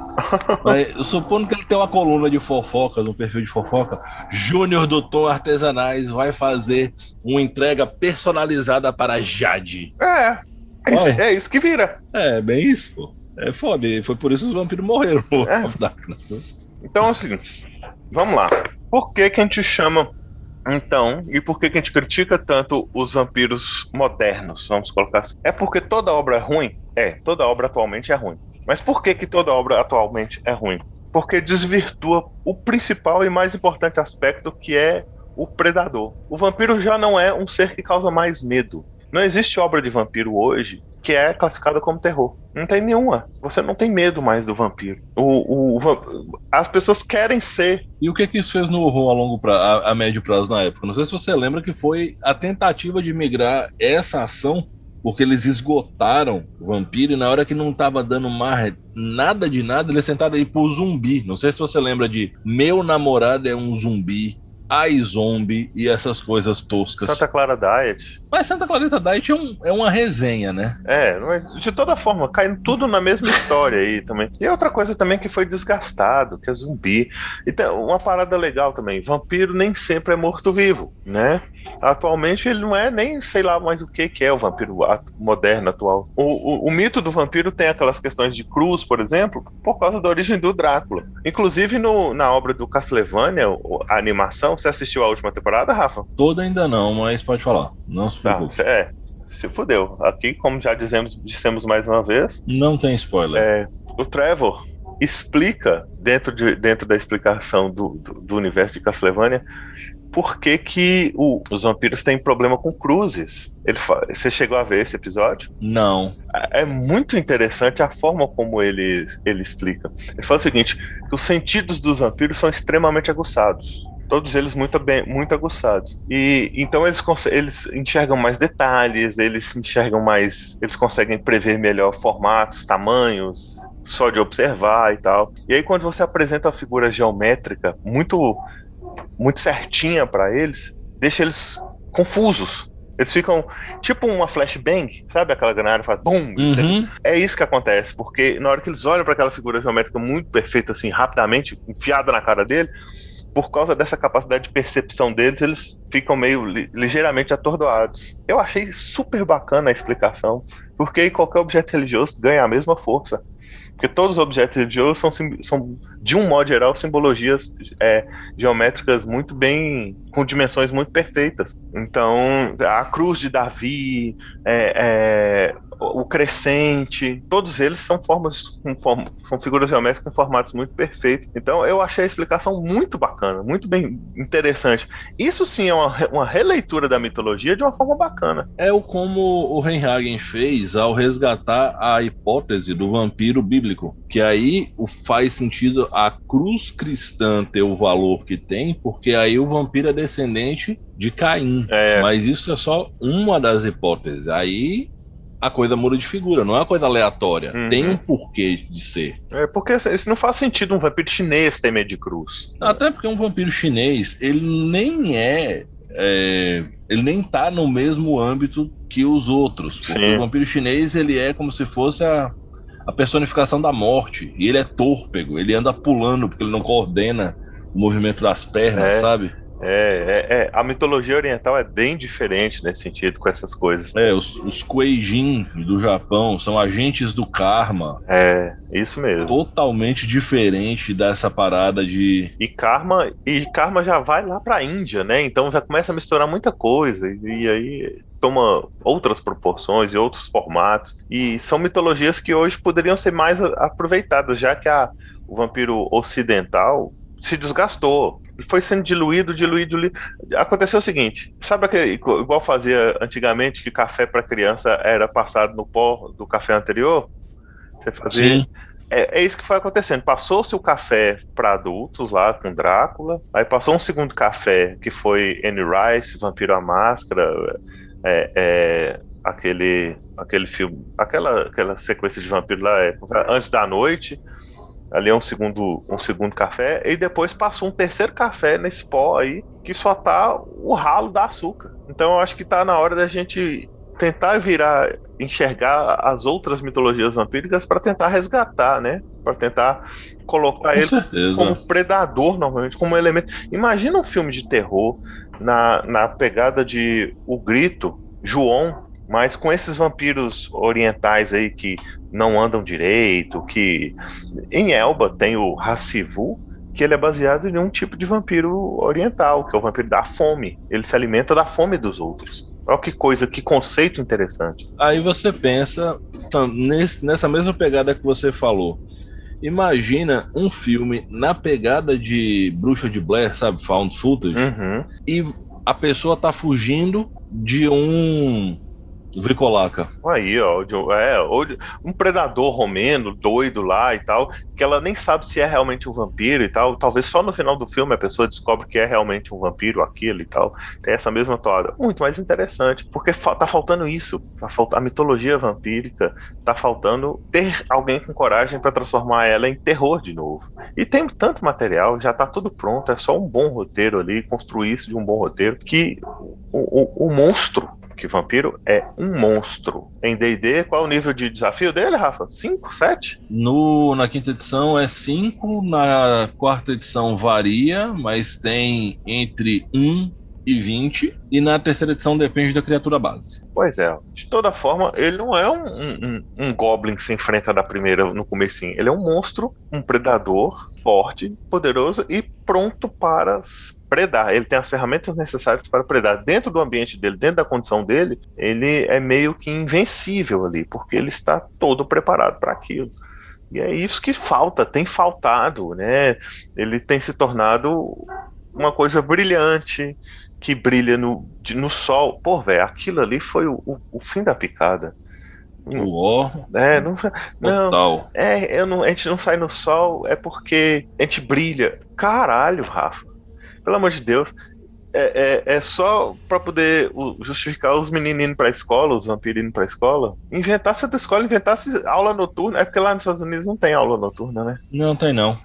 Mas, supondo que ele tem uma coluna de fofocas, um perfil de fofoca, Júnior do Tom Artesanais vai fazer uma entrega personalizada para Jade. É isso que vira. É, bem isso, pô. É foda, e foi por isso que os vampiros morreram no World of Darkness. Então, assim, vamos lá. Por que que a gente chama, então, e por que que a gente critica tanto os vampiros modernos, vamos colocar assim? É porque toda obra é ruim? Toda obra atualmente é ruim. Mas por que que toda obra atualmente é ruim? Porque desvirtua o principal e mais importante aspecto, que é o predador. O vampiro já não é um ser que causa mais medo. Não existe obra de vampiro hoje que é classificada como terror. Não tem nenhuma. Você não tem medo mais do vampiro. As pessoas querem ser. E o que isso fez no horror a médio prazo na época? Não sei se você lembra que foi a tentativa de migrar essa ação, porque eles esgotaram o vampiro e na hora que não tava dando mais nada de nada, eles tentaram ir pro zumbi. Não sei se você lembra de Meu Namorado é um Zumbi, iZombie e essas coisas toscas. Santa Clara Diet. Mas Santa Clarita Diet é uma resenha, né? De toda forma, cai tudo na mesma história aí também. E outra coisa também que foi desgastado, que é zumbi. Então, uma parada legal também, vampiro nem sempre é morto-vivo, né? Atualmente ele não é nem, sei lá mais o que é o vampiro moderno, atual. O mito do vampiro tem aquelas questões de cruz, por exemplo, por causa da origem do Drácula. Inclusive na obra do Castlevania, a animação, você assistiu a última temporada, Rafa? Toda ainda não, mas pode falar. Não se preocupe. Se fudeu. Aqui, como já dissemos mais uma vez, não tem spoiler. O Trevor explica, dentro da explicação do universo de Castlevania, por que os vampiros têm problema com cruzes. Você chegou a ver esse episódio? Não. É muito interessante a forma como ele explica. Ele fala o seguinte, que os sentidos dos vampiros são extremamente aguçados. Todos eles muito aguçados. E então eles enxergam mais detalhes, eles conseguem prever melhor formatos, tamanhos, só de observar e tal. E aí quando você apresenta uma figura geométrica muito certinha para eles, deixa eles confusos. Eles ficam tipo uma flashbang, sabe? Aquela granada faz bum. Uhum. É isso que acontece, porque na hora que eles olham para aquela figura geométrica muito perfeita, assim, rapidamente, enfiada na cara dele, por causa dessa capacidade de percepção deles, eles ficam meio ligeiramente atordoados. Eu achei super bacana a explicação, porque qualquer objeto religioso ganha a mesma força. Porque todos os objetos religiosos são de um modo geral, simbologias geométricas muito bem, com dimensões muito perfeitas. Então, a cruz de Davi, o crescente, todos eles são são figuras geométricas com formatos muito perfeitos. Então eu achei a explicação muito bacana, muito bem interessante. Isso sim é uma releitura da mitologia de uma forma bacana. É como o Reinhagen fez ao resgatar a hipótese do vampiro bíblico, que aí faz sentido a cruz cristã ter o valor que tem, porque aí o vampiro é descendente de Caim. Mas isso é só uma das hipóteses. Aí a coisa muda de figura, não é uma coisa aleatória. Uhum. Tem um porquê de ser. Porque isso não faz sentido um vampiro chinês ter medo de cruz. Até porque um vampiro chinês, ele nem tá no mesmo âmbito que os outros. Porque Sim. O vampiro chinês, ele é como se fosse a personificação da morte. E ele é tórpego, ele anda pulando porque ele não coordena o movimento das pernas, sabe? A mitologia oriental é bem diferente nesse sentido, com essas coisas. Os Kuei-jin do Japão são agentes do karma. Isso mesmo. Totalmente diferente dessa parada de... E karma já vai lá pra Índia, né? Então já começa a misturar muita coisa. E aí toma outras proporções e outros formatos. E são mitologias que hoje poderiam ser mais aproveitadas, já que o vampiro ocidental se desgastou. Foi sendo diluído. Aconteceu o seguinte, sabe igual fazia antigamente, que café para criança era passado no pó do café anterior? Você fazia... Sim. É isso que foi acontecendo. Passou-se o café para adultos lá com Drácula, aí passou um segundo café que foi Anne Rice, Vampiro à Máscara, aquele filme, aquela sequência de vampiro lá, Antes da Noite. Ali é um segundo café, e depois passou um terceiro café nesse pó aí, que só tá o ralo da açúcar. Então eu acho que tá na hora da gente tentar enxergar as outras mitologias vampíricas para tentar resgatar, né? Para tentar colocar ele como predador, normalmente, como elemento. Imagina um filme de terror na pegada de O Grito, João, Mas com esses vampiros orientais aí que não andam direito, que em Elba tem o Hassivu, que ele é baseado em um tipo de vampiro oriental, que é o vampiro da fome. Ele se alimenta da fome dos outros. Olha que coisa, que conceito interessante. Aí você pensa nessa mesma pegada que você falou. Imagina um filme na pegada de Bruxa de Blair, sabe? Found footage. E a pessoa tá fugindo de um Vricolaca. Aí, ó, um predador romeno, doido lá e tal, que ela nem sabe se é realmente um vampiro e tal. Talvez só no final do filme a pessoa descobre que é realmente um vampiro, aquilo e tal. Tem essa mesma toada. Muito mais interessante, porque tá faltando isso. A mitologia vampírica, tá faltando ter alguém com coragem para transformar ela em terror de novo. E tem tanto material, já tá tudo pronto, é só um bom roteiro ali, construir isso de um bom roteiro, que o monstro, que vampiro é um monstro. Em D&D, qual é o nível de desafio dele, Rafa? 5, 7? Na quinta edição é 5, na quarta edição varia, mas tem entre 1 e 20, e na terceira edição depende da criatura base. Pois é, de toda forma, ele não é um goblin que se enfrenta da primeira no comecinho. Ele é um monstro, um predador forte, poderoso e pronto para predar. Ele tem as ferramentas necessárias para predar. Dentro do ambiente dele, dentro da condição dele, ele é meio que invencível ali, porque ele está todo preparado para aquilo. E é isso que tem faltado, né? Ele tem se tornado uma coisa brilhante, que brilha no sol. Pô, velho, aquilo ali foi o fim da picada. Total. A gente não sai no sol, é porque a gente brilha. Caralho, Rafa. Pelo amor de Deus. É só pra poder justificar os meninos indo pra escola, os vampiros indo pra escola. Inventasse outra escola, inventasse aula noturna. É porque lá nos Estados Unidos não tem aula noturna, né? Não tem, não.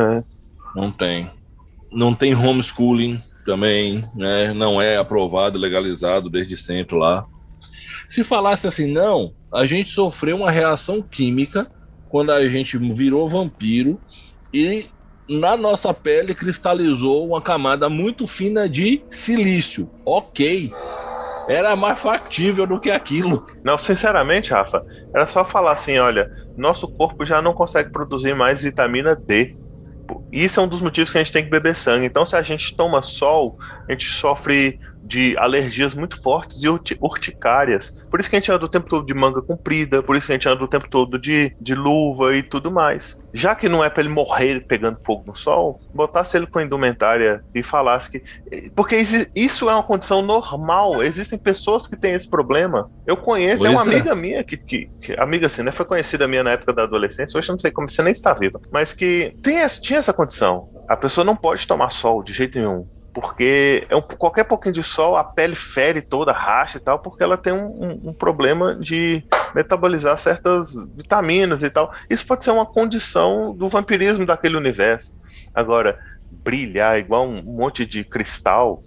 Não tem. Não tem homeschooling também, né? Não é aprovado, legalizado desde sempre lá. Se falasse assim, não, a gente sofreu uma reação química quando a gente virou vampiro e na nossa pele cristalizou uma camada muito fina de silício. Ok, era mais factível do que aquilo. Não, sinceramente, Rafa, era só falar assim, olha, nosso corpo já não consegue produzir mais vitamina D. Isso é um dos motivos que a gente tem que beber sangue. Então, se a gente toma sol, a gente sofre de alergias muito fortes e urticárias. Por isso que a gente anda o tempo todo de manga comprida, por isso que a gente anda o tempo todo de luva e tudo mais. Já que não é pra ele morrer pegando fogo no sol, botasse ele com a indumentária e falasse que... Porque isso é uma condição normal. Existem pessoas que têm esse problema. Eu conheço, tem uma amiga minha que amiga assim, né? Foi conhecida minha na época da adolescência, hoje eu não sei como, você nem está viva, mas que tinha essa condição. A pessoa não pode tomar sol de jeito nenhum. Porque qualquer pouquinho de sol, a pele fere toda, racha e tal, porque ela tem um problema de metabolizar certas vitaminas e tal. Isso pode ser uma condição do vampirismo daquele universo. Agora, brilhar igual um monte de cristal,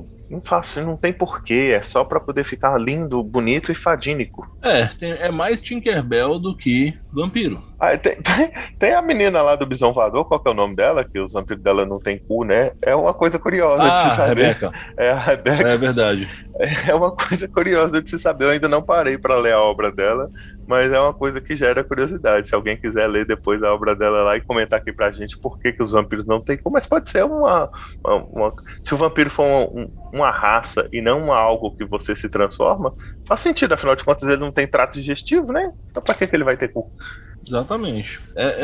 não tem porquê, é só pra poder ficar lindo, bonito e fadínico. É mais Tinkerbell do que vampiro. Tem a menina lá do Bisão Voador, qual que é o nome dela? Que os vampiros dela não tem cu, né? É uma coisa curiosa de se saber. Rebeca. É a Rebeca. É verdade. É uma coisa curiosa de se saber. Eu ainda não parei pra ler a obra dela, mas é uma coisa que gera curiosidade. Se alguém quiser ler depois a obra dela lá e comentar aqui pra gente por que os vampiros não têm cu, mas pode ser se o vampiro for uma raça e não algo que você se transforma, faz sentido, afinal de contas ele não tem trato digestivo, né? Então pra que ele vai ter cu? Exatamente.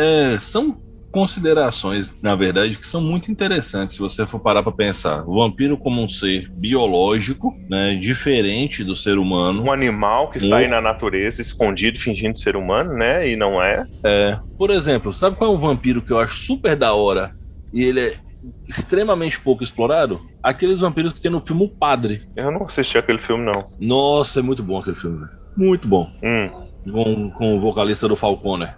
São considerações, na verdade, que são muito interessantes se você for parar para pensar. O vampiro como um ser biológico, né, diferente do ser humano. Um animal que está aí na natureza, escondido, fingindo ser humano, né? E não é. Por exemplo, sabe qual é um vampiro que eu acho super da hora e ele é extremamente pouco explorado? Aqueles vampiros que tem no filme O Padre. Eu não assisti aquele filme, não. Nossa, é muito bom aquele filme. Muito bom. Com o vocalista do Falconer.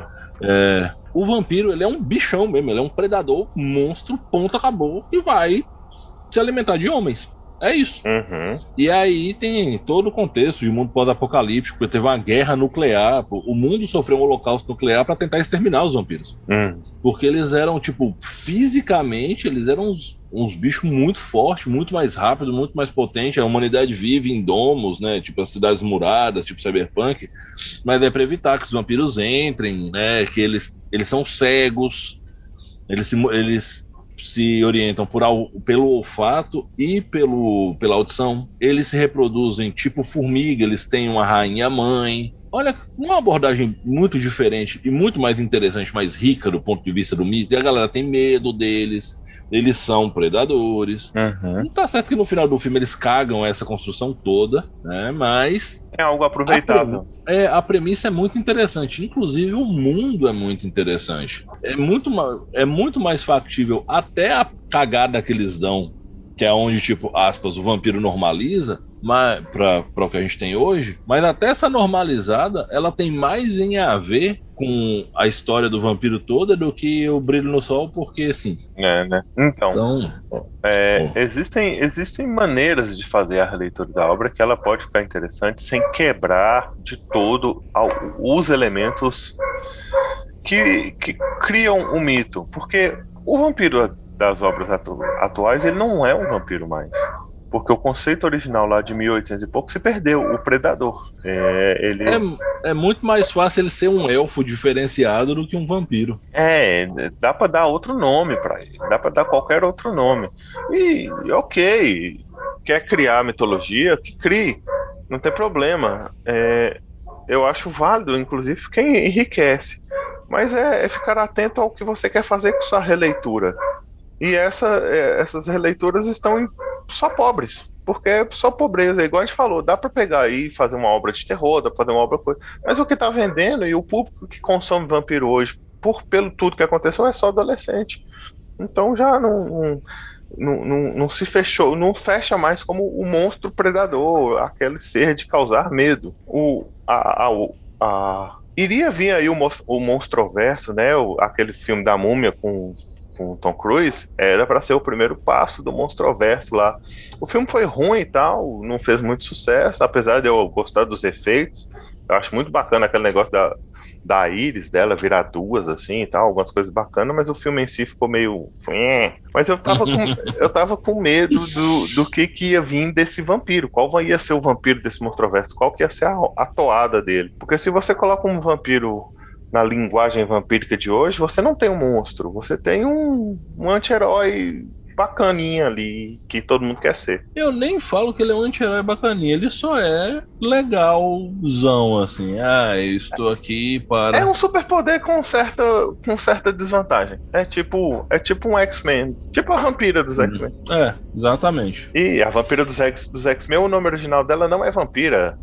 O vampiro, ele é um bichão mesmo, ele é um predador, monstro, ponto, acabou, e vai se alimentar de homens. É isso. Uhum. E aí tem todo o contexto de mundo pós-apocalíptico, porque teve uma guerra nuclear, o mundo sofreu um holocausto nuclear para tentar exterminar os vampiros. Porque eles eram, tipo, fisicamente, eles eram uns bichos muito fortes, muito mais rápidos, muito mais potentes. A humanidade vive em domos, né? Tipo, as cidades muradas, tipo Cyberpunk. Mas é para evitar que os vampiros entrem, né? Que eles são cegos, eles se orientam pelo olfato e pela audição. Eles se reproduzem tipo formiga, eles têm uma rainha-mãe. Olha, uma abordagem muito diferente e muito mais interessante, mais rica do ponto de vista do mito. E a galera tem medo deles, eles são predadores. Não tá certo que no final do filme eles cagam essa construção toda, né? Mas é algo aproveitável. A premissa é muito interessante. Inclusive, o mundo é muito interessante. É muito mais factível até a cagada que eles dão, que é onde, tipo, aspas, o vampiro normaliza, para o que a gente tem hoje. Mas até essa normalizada, ela tem mais em a ver com a história do vampiro toda do que o Brilho no Sol, porque assim... né? Então existem maneiras de fazer a releitura da obra que ela pode ficar interessante sem quebrar de todo os elementos que criam o mito. Porque o vampiro das obras atuais, ele não é um vampiro mais. Porque o conceito original lá de 1800 e pouco se perdeu, o predador. É muito mais fácil ele ser um elfo diferenciado do que um vampiro. Dá pra dar outro nome pra ele, dá pra dar qualquer outro nome. E ok, quer criar mitologia, que crie, não tem problema. Eu acho válido, inclusive, quem enriquece. Mas é ficar atento ao que você quer fazer com sua releitura. E essas releituras estão só pobres, porque é só pobreza, igual a gente falou, dá pra pegar aí e fazer uma obra de terror, dá pra fazer uma obra coisa, mas o que tá vendendo e o público que consome vampiro hoje, pelo tudo que aconteceu, é só adolescente. Então já não se fechou, não fecha mais como o monstro predador, aquele ser de causar medo. Iria vir aí o Monstroverso, né? Aquele filme da Múmia com o Tom Cruise, era para ser o primeiro passo do Monstroverso lá. O filme foi ruim e tal, não fez muito sucesso, apesar de eu gostar dos efeitos. Eu acho muito bacana aquele negócio da íris dela virar duas, assim e tal, algumas coisas bacanas, mas o filme em si ficou meio... Mas eu tava com medo do que ia vir desse vampiro, qual ia ser o vampiro desse Monstroverso, qual que ia ser a toada dele. Porque se você coloca um vampiro na linguagem vampírica de hoje, você não tem um monstro, você tem um anti-herói bacaninha ali, que todo mundo quer ser. Eu nem falo que ele é um anti-herói bacaninha, ele só é legalzão, assim. Eu estou aqui para... É um superpoder com certa desvantagem. É tipo um X-Men, tipo a vampira dos X-Men. Exatamente. E a vampira dos X-Men, o nome original dela não é vampira.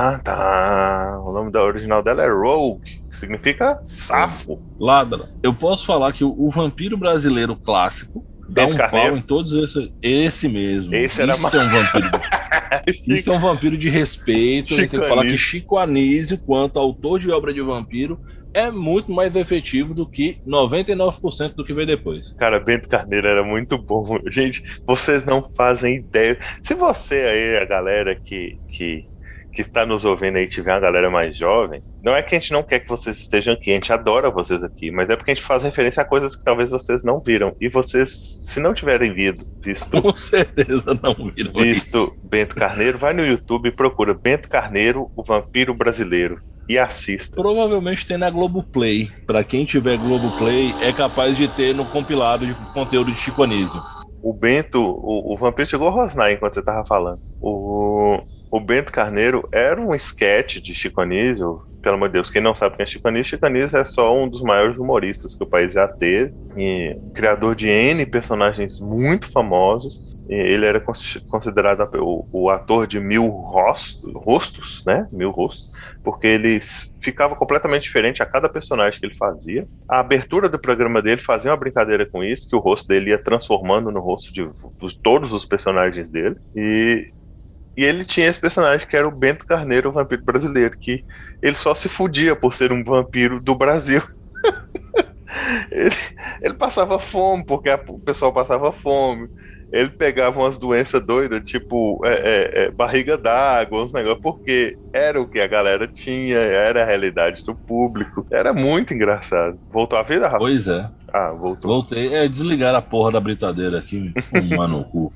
O nome original dela é Rogue, que significa safo. Ladra. Eu posso falar que o vampiro brasileiro clássico dá um pau em todos esses. Esse mesmo. Esse era Isso é um vampiro. Isso é um vampiro de respeito. Eu tenho que falar que Chico Anísio, quanto autor de obra de vampiro, é muito mais efetivo do que 99% do que veio depois. Cara, Bento Carneiro era muito bom. Gente, vocês não fazem ideia. Se você aí, a galera que está nos ouvindo aí, tiver uma galera mais jovem, não é que a gente não quer que vocês estejam aqui, a gente adora vocês aqui, mas é porque a gente faz referência a coisas que talvez vocês não viram. E vocês, se não tiverem visto com certeza não viram visto Bento Carneiro, vai no YouTube e procura Bento Carneiro, o vampiro brasileiro, e assista. Provavelmente tem na Globoplay. Pra quem tiver Globoplay, é capaz de ter no compilado de conteúdo de Chico Anísio. O Bento, o vampiro chegou a rosnar enquanto você tava falando. O Bento Carneiro era um esquete de Chico Anísio. Pelo amor de Deus, quem não sabe quem é Chico Anísio é só um dos maiores humoristas que o país já teve. E criador de N personagens muito famosos. E ele era considerado o ator de 1000 rostos, né? 1000 rostos. Porque ele ficava completamente diferente a cada personagem que ele fazia. A abertura do programa dele fazia uma brincadeira com isso, que o rosto dele ia transformando no rosto de todos os personagens dele. E ele tinha esse personagem que era o Bento Carneiro, o vampiro brasileiro, que ele só se fudia por ser um vampiro do Brasil. ele passava fome, porque o pessoal passava fome. ele pegava umas doenças doidas, tipo barriga d'água, uns negócios, porque era o que a galera tinha, era a realidade do público. Era muito engraçado. Voltou a vida, Rafa? Pois é. Ah, voltou. Voltei. Desligaram a porra da britadeira aqui, fumar no cu.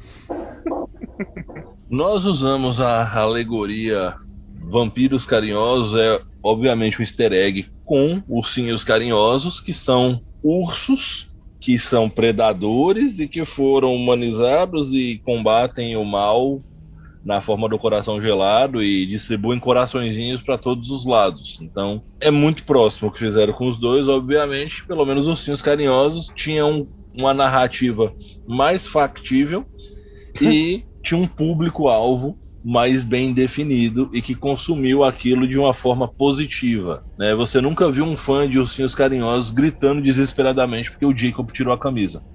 Nós usamos a alegoria Vampiros Carinhosos, obviamente um easter egg com ursinhos carinhosos, que são ursos, que são predadores e que foram humanizados e combatem o mal na forma do coração gelado e distribuem coraçõezinhos para todos os lados. Então, é muito próximo o que fizeram com os dois, obviamente. Pelo menos os ursinhos carinhosos tinham uma narrativa mais factível e tinha um público-alvo mais bem definido e que consumiu aquilo de uma forma positiva, né? Você nunca viu um fã de Ursinhos Carinhosos gritando desesperadamente porque o Jacob tirou a camisa.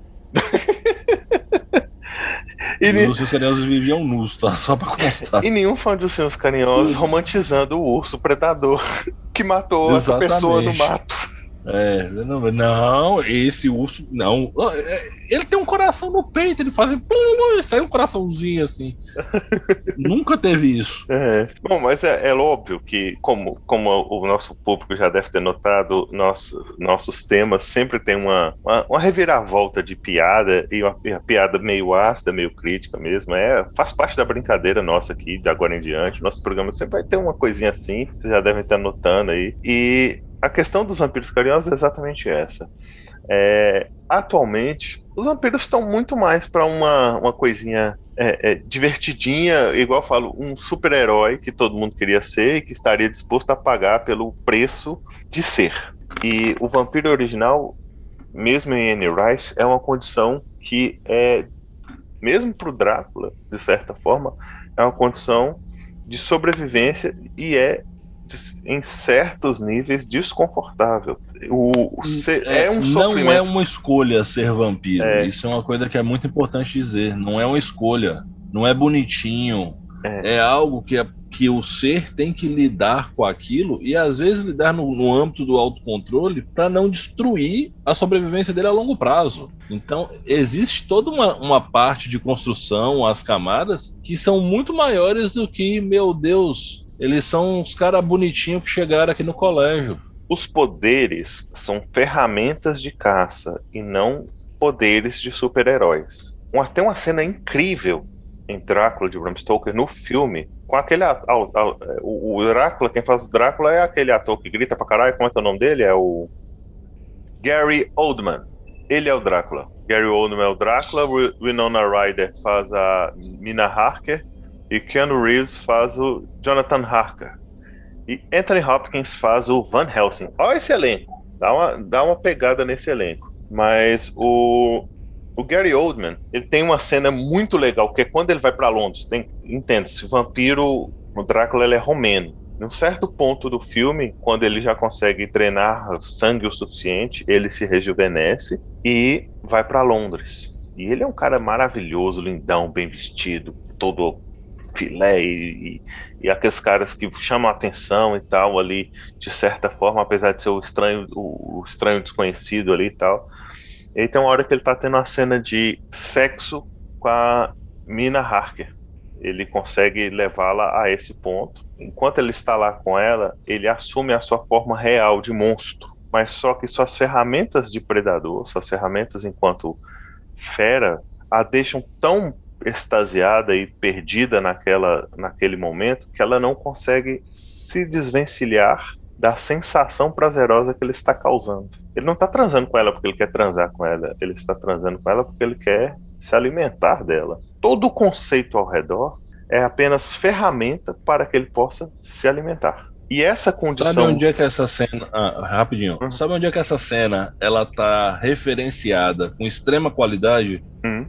Os Ursinhos Carinhosos viviam nus, tá? Só pra constar. E nenhum fã de Ursinhos Carinhosos romantizando o urso predador que matou essa pessoa no mato. Não, esse urso, não. Ele tem um coração no peito, ele faz. Sai um coraçãozinho assim. Nunca teve isso. Bom, mas é óbvio que, como o nosso público já deve ter notado, nossos temas sempre tem uma reviravolta de piada, e uma piada meio ácida, meio crítica mesmo. Faz parte da brincadeira nossa aqui, de agora em diante. Nosso programa sempre vai ter uma coisinha assim, vocês já devem estar notando aí. E a questão dos vampiros carinhosos é exatamente essa. Atualmente, os vampiros estão muito mais para uma coisinha divertidinha, igual eu falo, um super-herói que todo mundo queria ser e que estaria disposto a pagar pelo preço de ser. E o vampiro original, mesmo em Anne Rice, é uma condição que mesmo para o Drácula, de certa forma, é uma condição de sobrevivência e em certos níveis desconfortável. Não é uma escolha ser vampiro. Isso é uma coisa que é muito importante dizer. Não é uma escolha. Não é bonitinho. É algo que o ser tem que lidar com aquilo e às vezes lidar no âmbito do autocontrole para não destruir a sobrevivência dele a longo prazo. Então existe toda uma parte de construção, as camadas, que são muito maiores do que, meu Deus, eles são uns caras bonitinhos que chegaram aqui no colégio. Os poderes são ferramentas de caça e não poderes de super-heróis. Tem uma cena incrível em Drácula de Bram Stoker no filme, com aquele o Drácula, quem faz o Drácula é aquele ator que grita pra caralho. Como é que é o nome dele? É o Gary Oldman. Ele é o Drácula. Gary Oldman é o Drácula. Winona Ryder faz a Mina Harker e Keanu Reeves faz o Jonathan Harker. E Anthony Hopkins faz o Van Helsing. Olha esse elenco. Dá uma pegada nesse elenco. Mas o Gary Oldman, ele tem uma cena muito legal, que é quando ele vai para Londres. Entenda-se, o Drácula, ele é romeno. Num certo ponto do filme, quando ele já consegue treinar sangue o suficiente, ele se rejuvenesce e vai para Londres. E ele é um cara maravilhoso, lindão, bem vestido, todo filé e aqueles caras que chamam a atenção e tal ali, de certa forma, apesar de ser o estranho desconhecido ali e tal. E aí tem uma hora que ele tá tendo uma cena de sexo com a Mina Harker. Ele consegue levá-la a esse ponto. Enquanto ele está lá com ela, ele assume a sua forma real de monstro. Mas só que suas ferramentas de predador, suas ferramentas enquanto fera, a deixam tão extasiada e perdida naquele momento que ela não consegue se desvencilhar da sensação prazerosa que ele está causando. Ele não está transando com ela porque ele quer transar com ela, ele está transando com ela porque ele quer se alimentar dela. Todo o conceito ao redor é apenas ferramenta para que ele possa se alimentar. E essa condição... Sabe onde é que essa cena... rapidinho. Sabe onde é que essa cena ela tá referenciada com extrema qualidade?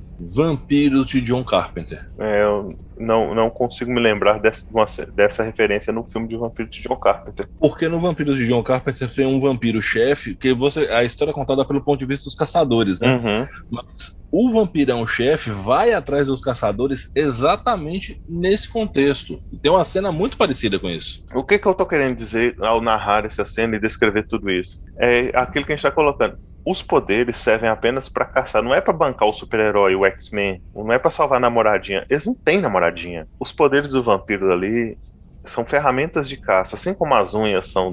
Vampiros de John Carpenter. Eu não consigo me lembrar dessa referência no filme de Vampiros de John Carpenter. Porque no Vampiros de John Carpenter tem um vampiro-chefe, que a história é contada pelo ponto de vista dos caçadores, né? Mas o vampirão-chefe vai atrás dos caçadores exatamente nesse contexto. E tem uma cena muito parecida com isso. O que eu tô querendo dizer ao narrar essa cena e descrever tudo isso? É aquilo que a gente tá colocando. os poderes servem apenas pra caçar. Não é pra bancar o super-herói, o X-Men. Não é pra salvar a namoradinha. Eles não têm namoradinha. Os poderes do vampiro ali são ferramentas de caça. Assim como as unhas são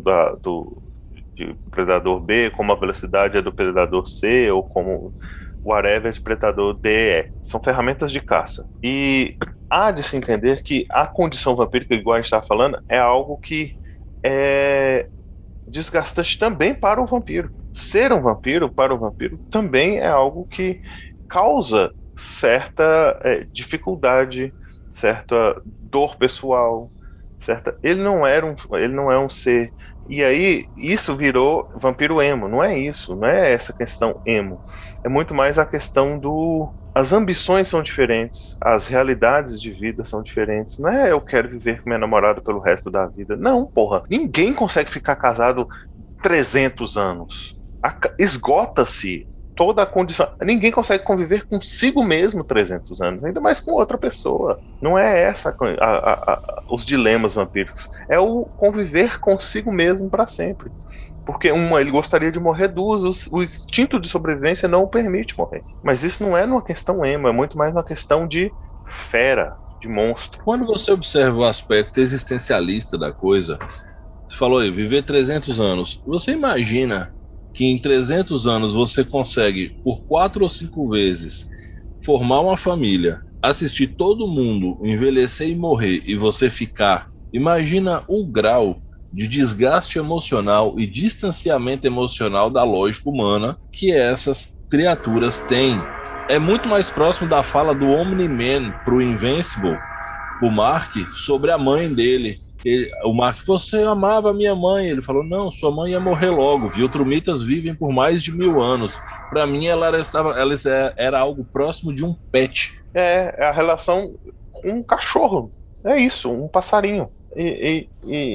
de predador B, como a velocidade é do predador C, ou como whatever de predador D é. São ferramentas de caça. E há de se entender que a condição vampírica, igual a gente está falando, é algo que é desgastante também para o vampiro. Ser um vampiro, para o vampiro, também é algo que causa certa dificuldade, certa dor pessoal, certa. Ele não é um ser. E aí isso virou vampiro emo. Não é isso, não é essa questão emo. É muito mais a questão do as ambições são diferentes, as realidades de vida são diferentes. Não é eu quero viver com minha namorada pelo resto da vida. Não, porra. Ninguém consegue ficar casado 300 anos. Esgota-se toda a condição. Ninguém consegue conviver consigo mesmo 300 anos, ainda mais com outra pessoa. Não é essa os dilemas vampíricos. É o conviver consigo mesmo para sempre. Porque ele gostaria de morrer, duas, o instinto de sobrevivência não o permite morrer. Mas isso não é numa questão emo, é muito mais uma questão de fera, de monstro. Quando você observa o aspecto existencialista da coisa, você falou aí, viver 300 anos. Você imagina que em 300 anos você consegue, por 4 ou 5 vezes, formar uma família, assistir todo mundo envelhecer e morrer e você ficar... Imagina o grau de desgaste emocional e distanciamento emocional da lógica humana que essas criaturas têm. É muito mais próximo da fala do Omni-Man pro Invincible, o Mark, sobre a mãe dele. O Mark, você amava a minha mãe. Ele falou, não, sua mãe ia morrer logo. Viltrumitas vivem por mais de 1000 anos. Para mim, ela era algo próximo de um pet. É a relação com um cachorro. É isso, um passarinho. E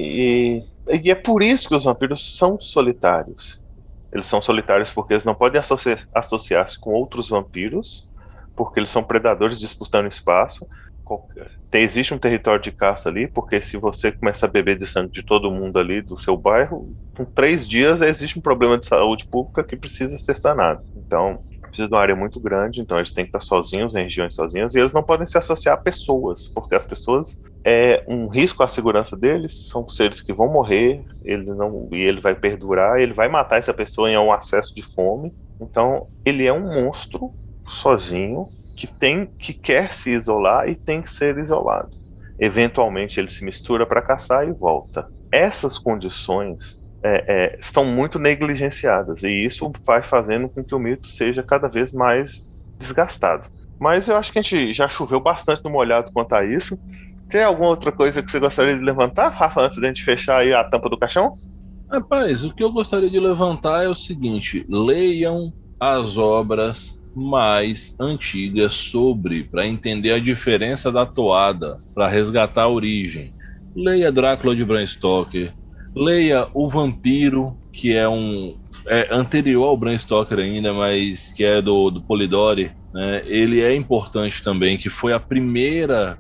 é por isso que os vampiros são solitários. Eles são solitários porque eles não podem associar-se com outros vampiros, porque eles são predadores disputando espaço. Existe um território de caça ali, porque se você começar a beber de sangue de todo mundo ali do seu bairro, com 3 dias existe um problema de saúde pública que precisa ser sanado. Então, precisa de uma área muito grande, então eles têm que estar sozinhos, em regiões sozinhas, e eles não podem se associar a pessoas, porque as pessoas é um risco à segurança deles, são seres que vão morrer, ele vai perdurar, ele vai matar essa pessoa em um acesso de fome. Então, ele é um monstro sozinho, que quer se isolar e tem que ser isolado. Eventualmente ele se mistura para caçar e volta. Essas condições estão muito negligenciadas, e isso vai fazendo com que o mito seja cada vez mais desgastado. Mas eu acho que a gente já choveu bastante no molhado quanto a isso. Tem alguma outra coisa que você gostaria de levantar, Rafa, antes da gente fechar aí a tampa do caixão? Rapaz, o que eu gostaria de levantar é o seguinte: leiam as obras mais antigas para entender a diferença da toada, para resgatar a origem. Leia Drácula de Bram Stoker, leia O Vampiro, que é anterior ao Bram Stoker ainda, mas que é do Polidori, né? Ele é importante também, que foi a primeira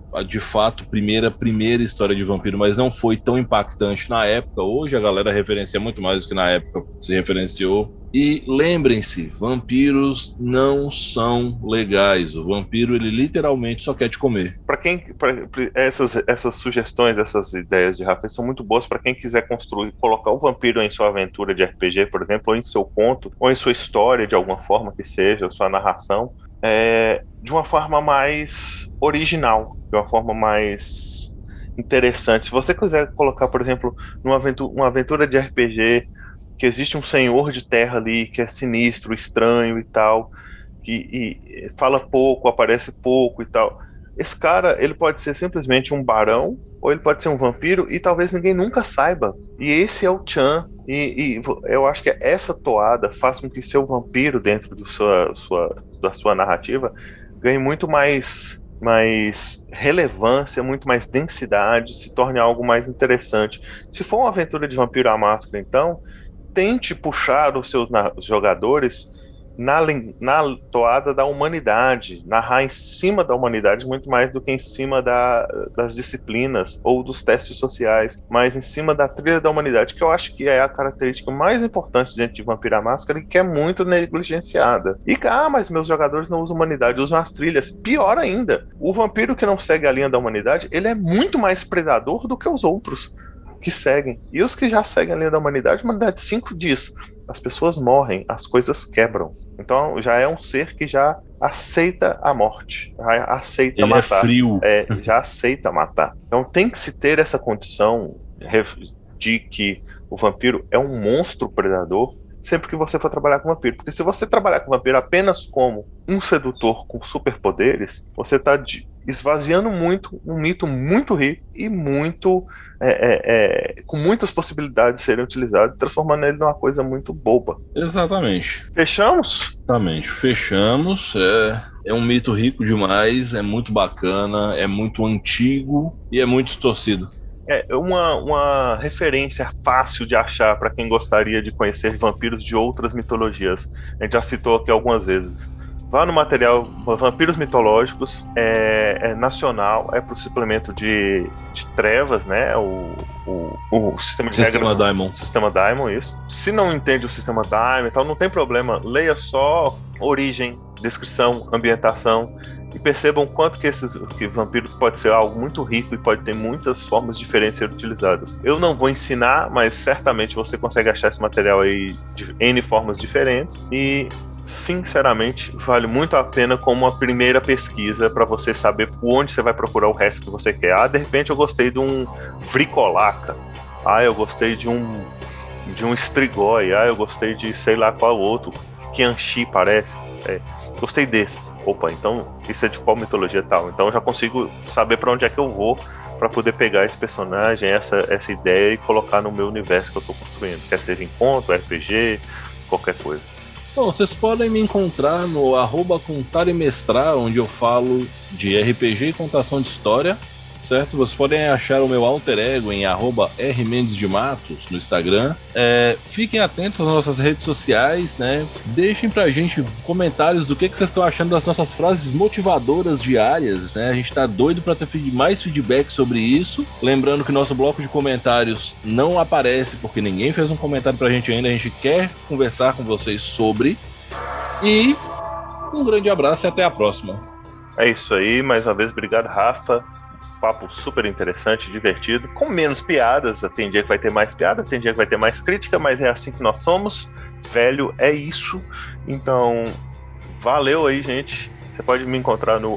história de vampiro, mas não foi tão impactante na época. Hoje a galera referencia muito mais do que na época se referenciou. E lembrem-se, vampiros não são legais. O vampiro, ele literalmente só quer te comer. Essas sugestões, essas ideias de Rafa são muito boas para quem quiser colocar o vampiro em sua aventura de RPG, por exemplo, ou em seu conto, ou em sua história de alguma forma que seja, sua narração, de uma forma mais original, de uma forma mais interessante. Se você quiser colocar, por exemplo, uma aventura de RPG que existe um senhor de terra ali que é sinistro, estranho e tal, e fala pouco, aparece pouco e tal. Esse cara, ele pode ser simplesmente um barão, ou ele pode ser um vampiro, e talvez ninguém nunca saiba. E esse é o Chan. E eu acho que essa toada faz com que seu vampiro, dentro da sua narrativa, ganhe muito mais relevância, muito mais densidade, se torne algo mais interessante. Se for uma aventura de Vampiro à Máscara, então, tente puxar os seus jogadores na toada da humanidade, narrar em cima da humanidade muito mais do que em cima das disciplinas ou dos testes sociais, mas em cima da trilha da humanidade, que eu acho que é a característica mais importante dentro de Vampiro à Máscara e que é muito negligenciada. E, mas meus jogadores não usam humanidade, usam as trilhas. Pior ainda, o vampiro que não segue a linha da humanidade, ele é muito mais predador do que os outros que seguem. E os que já seguem a linha da humanidade, a humanidade 5 dias. As pessoas morrem, as coisas quebram. Então já é um ser que já aceita a morte, já aceita matar. É frio. Já aceita matar. Então tem que se ter essa condição de que o vampiro é um monstro predador sempre que você for trabalhar com vampiro. Porque se você trabalhar com vampiro apenas como um sedutor com superpoderes, você está esvaziando muito um mito muito rico e muito com muitas possibilidades de serem utilizados, transformando ele numa coisa muito boba. Exatamente. Fechamos? Exatamente. Fechamos. É um mito rico demais, é muito bacana, é muito antigo e é muito distorcido. Uma referência fácil de achar para quem gostaria de conhecer vampiros de outras mitologias. A gente já citou aqui algumas vezes. Vá no material Vampiros Mitológicos, é nacional, é pro suplemento de trevas, né? O sistema de regras, Daimon. Sistema Daimon, isso. Se não entende o sistema Daimon e tal, não tem problema. Leia só origem, descrição, ambientação e percebam quanto que vampiros pode ser algo muito rico e pode ter muitas formas diferentes de ser utilizadas. Eu não vou ensinar, mas certamente você consegue achar esse material aí de N formas diferentes e sinceramente, vale muito a pena como uma primeira pesquisa para você saber onde você vai procurar o resto que você quer. De repente eu gostei de um Vricolaca. Eu gostei de um Strigoi. Eu gostei de sei lá qual outro. Qianxi parece. Gostei desses. Opa, então isso é de qual mitologia tal? Então eu já consigo saber para onde é que eu vou para poder pegar esse personagem, essa ideia e colocar no meu universo que eu estou construindo. Quer seja em conto, RPG, qualquer coisa. Bom, vocês podem me encontrar no @contar-e-mestrar, onde eu falo de RPG e contação de história, certo? Vocês podem achar o meu alter ego em @rmendesdematos no Instagram. Fiquem atentos às nossas redes sociais, né? Deixem pra gente comentários do que vocês estão achando das nossas frases motivadoras diárias, né? A gente tá doido pra ter mais feedback sobre isso. Lembrando que nosso bloco de comentários não aparece porque ninguém fez um comentário pra gente ainda. A gente quer conversar com vocês sobre. E um grande abraço e até a próxima. É isso aí, mais uma vez, obrigado, Rafa. Papo super interessante, divertido, com menos piadas. Tem dia que vai ter mais piada, tem dia que vai ter mais crítica, mas é assim que nós somos. Velho, é isso. Então, valeu aí, gente. Você pode me encontrar no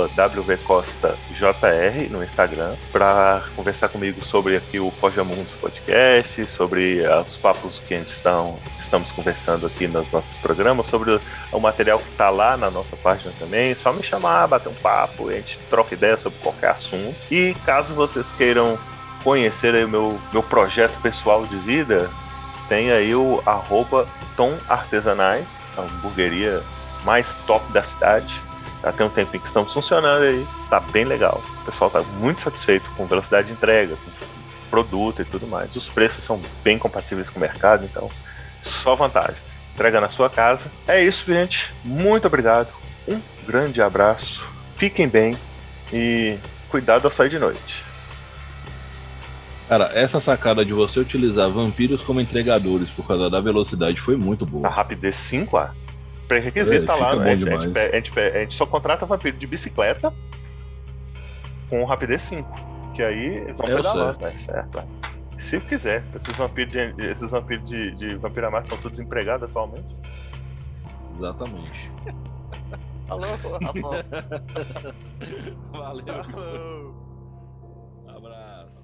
@wvcostajr no Instagram para conversar comigo sobre aqui o Forja Mundos Podcast, sobre os papos que a gente estamos conversando aqui nos nossos programas, sobre o material que está lá na nossa página também. Só me chamar, bater um papo, a gente troca ideia sobre qualquer assunto. E caso vocês queiram conhecer aí o meu projeto pessoal de vida, tem aí o @tomartesanais, a hamburgueria mais top da cidade. Já tem um tempinho que estamos funcionando aí, tá bem legal. O pessoal tá muito satisfeito com velocidade de entrega, com produto e tudo mais. Os preços são bem compatíveis com o mercado, então só vantagem. Entrega na sua casa. É isso, gente. Muito obrigado. Um grande abraço. Fiquem bem e cuidado ao sair de noite. Cara, essa sacada de você utilizar vampiros como entregadores por causa da velocidade foi muito boa. A rapidez 5A. Pré-requisito tá lá, né? A gente só contrata vampiro de bicicleta com rapidez 5. Que aí eles vão pedalar, né? Certo. Se quiser. Esses vampiros de Vampiro à Máscara estão todos desempregados atualmente. Exatamente. Alô, amor. Valeu. Alô. Abraço.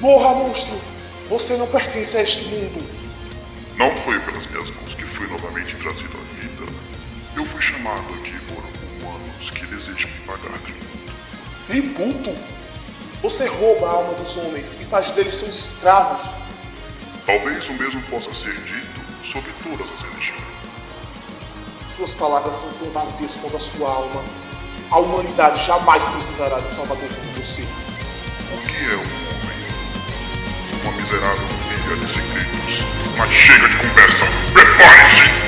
Morra, monstro! Você não pertence a este mundo. Não foi pelas minhas mãos que fui novamente trazido à vida. Eu fui chamado aqui por humanos que desejam me pagar tributo. Tributo? Você rouba a alma dos homens e faz deles seus escravos. Talvez o mesmo possa ser dito sobre todas as religiões. Suas palavras são tão vazias quanto a sua alma. A humanidade jamais precisará de um salvador como você. O que é um homem? Uma miserável filha de segredos. Mas chega de conversa! Prepare-se!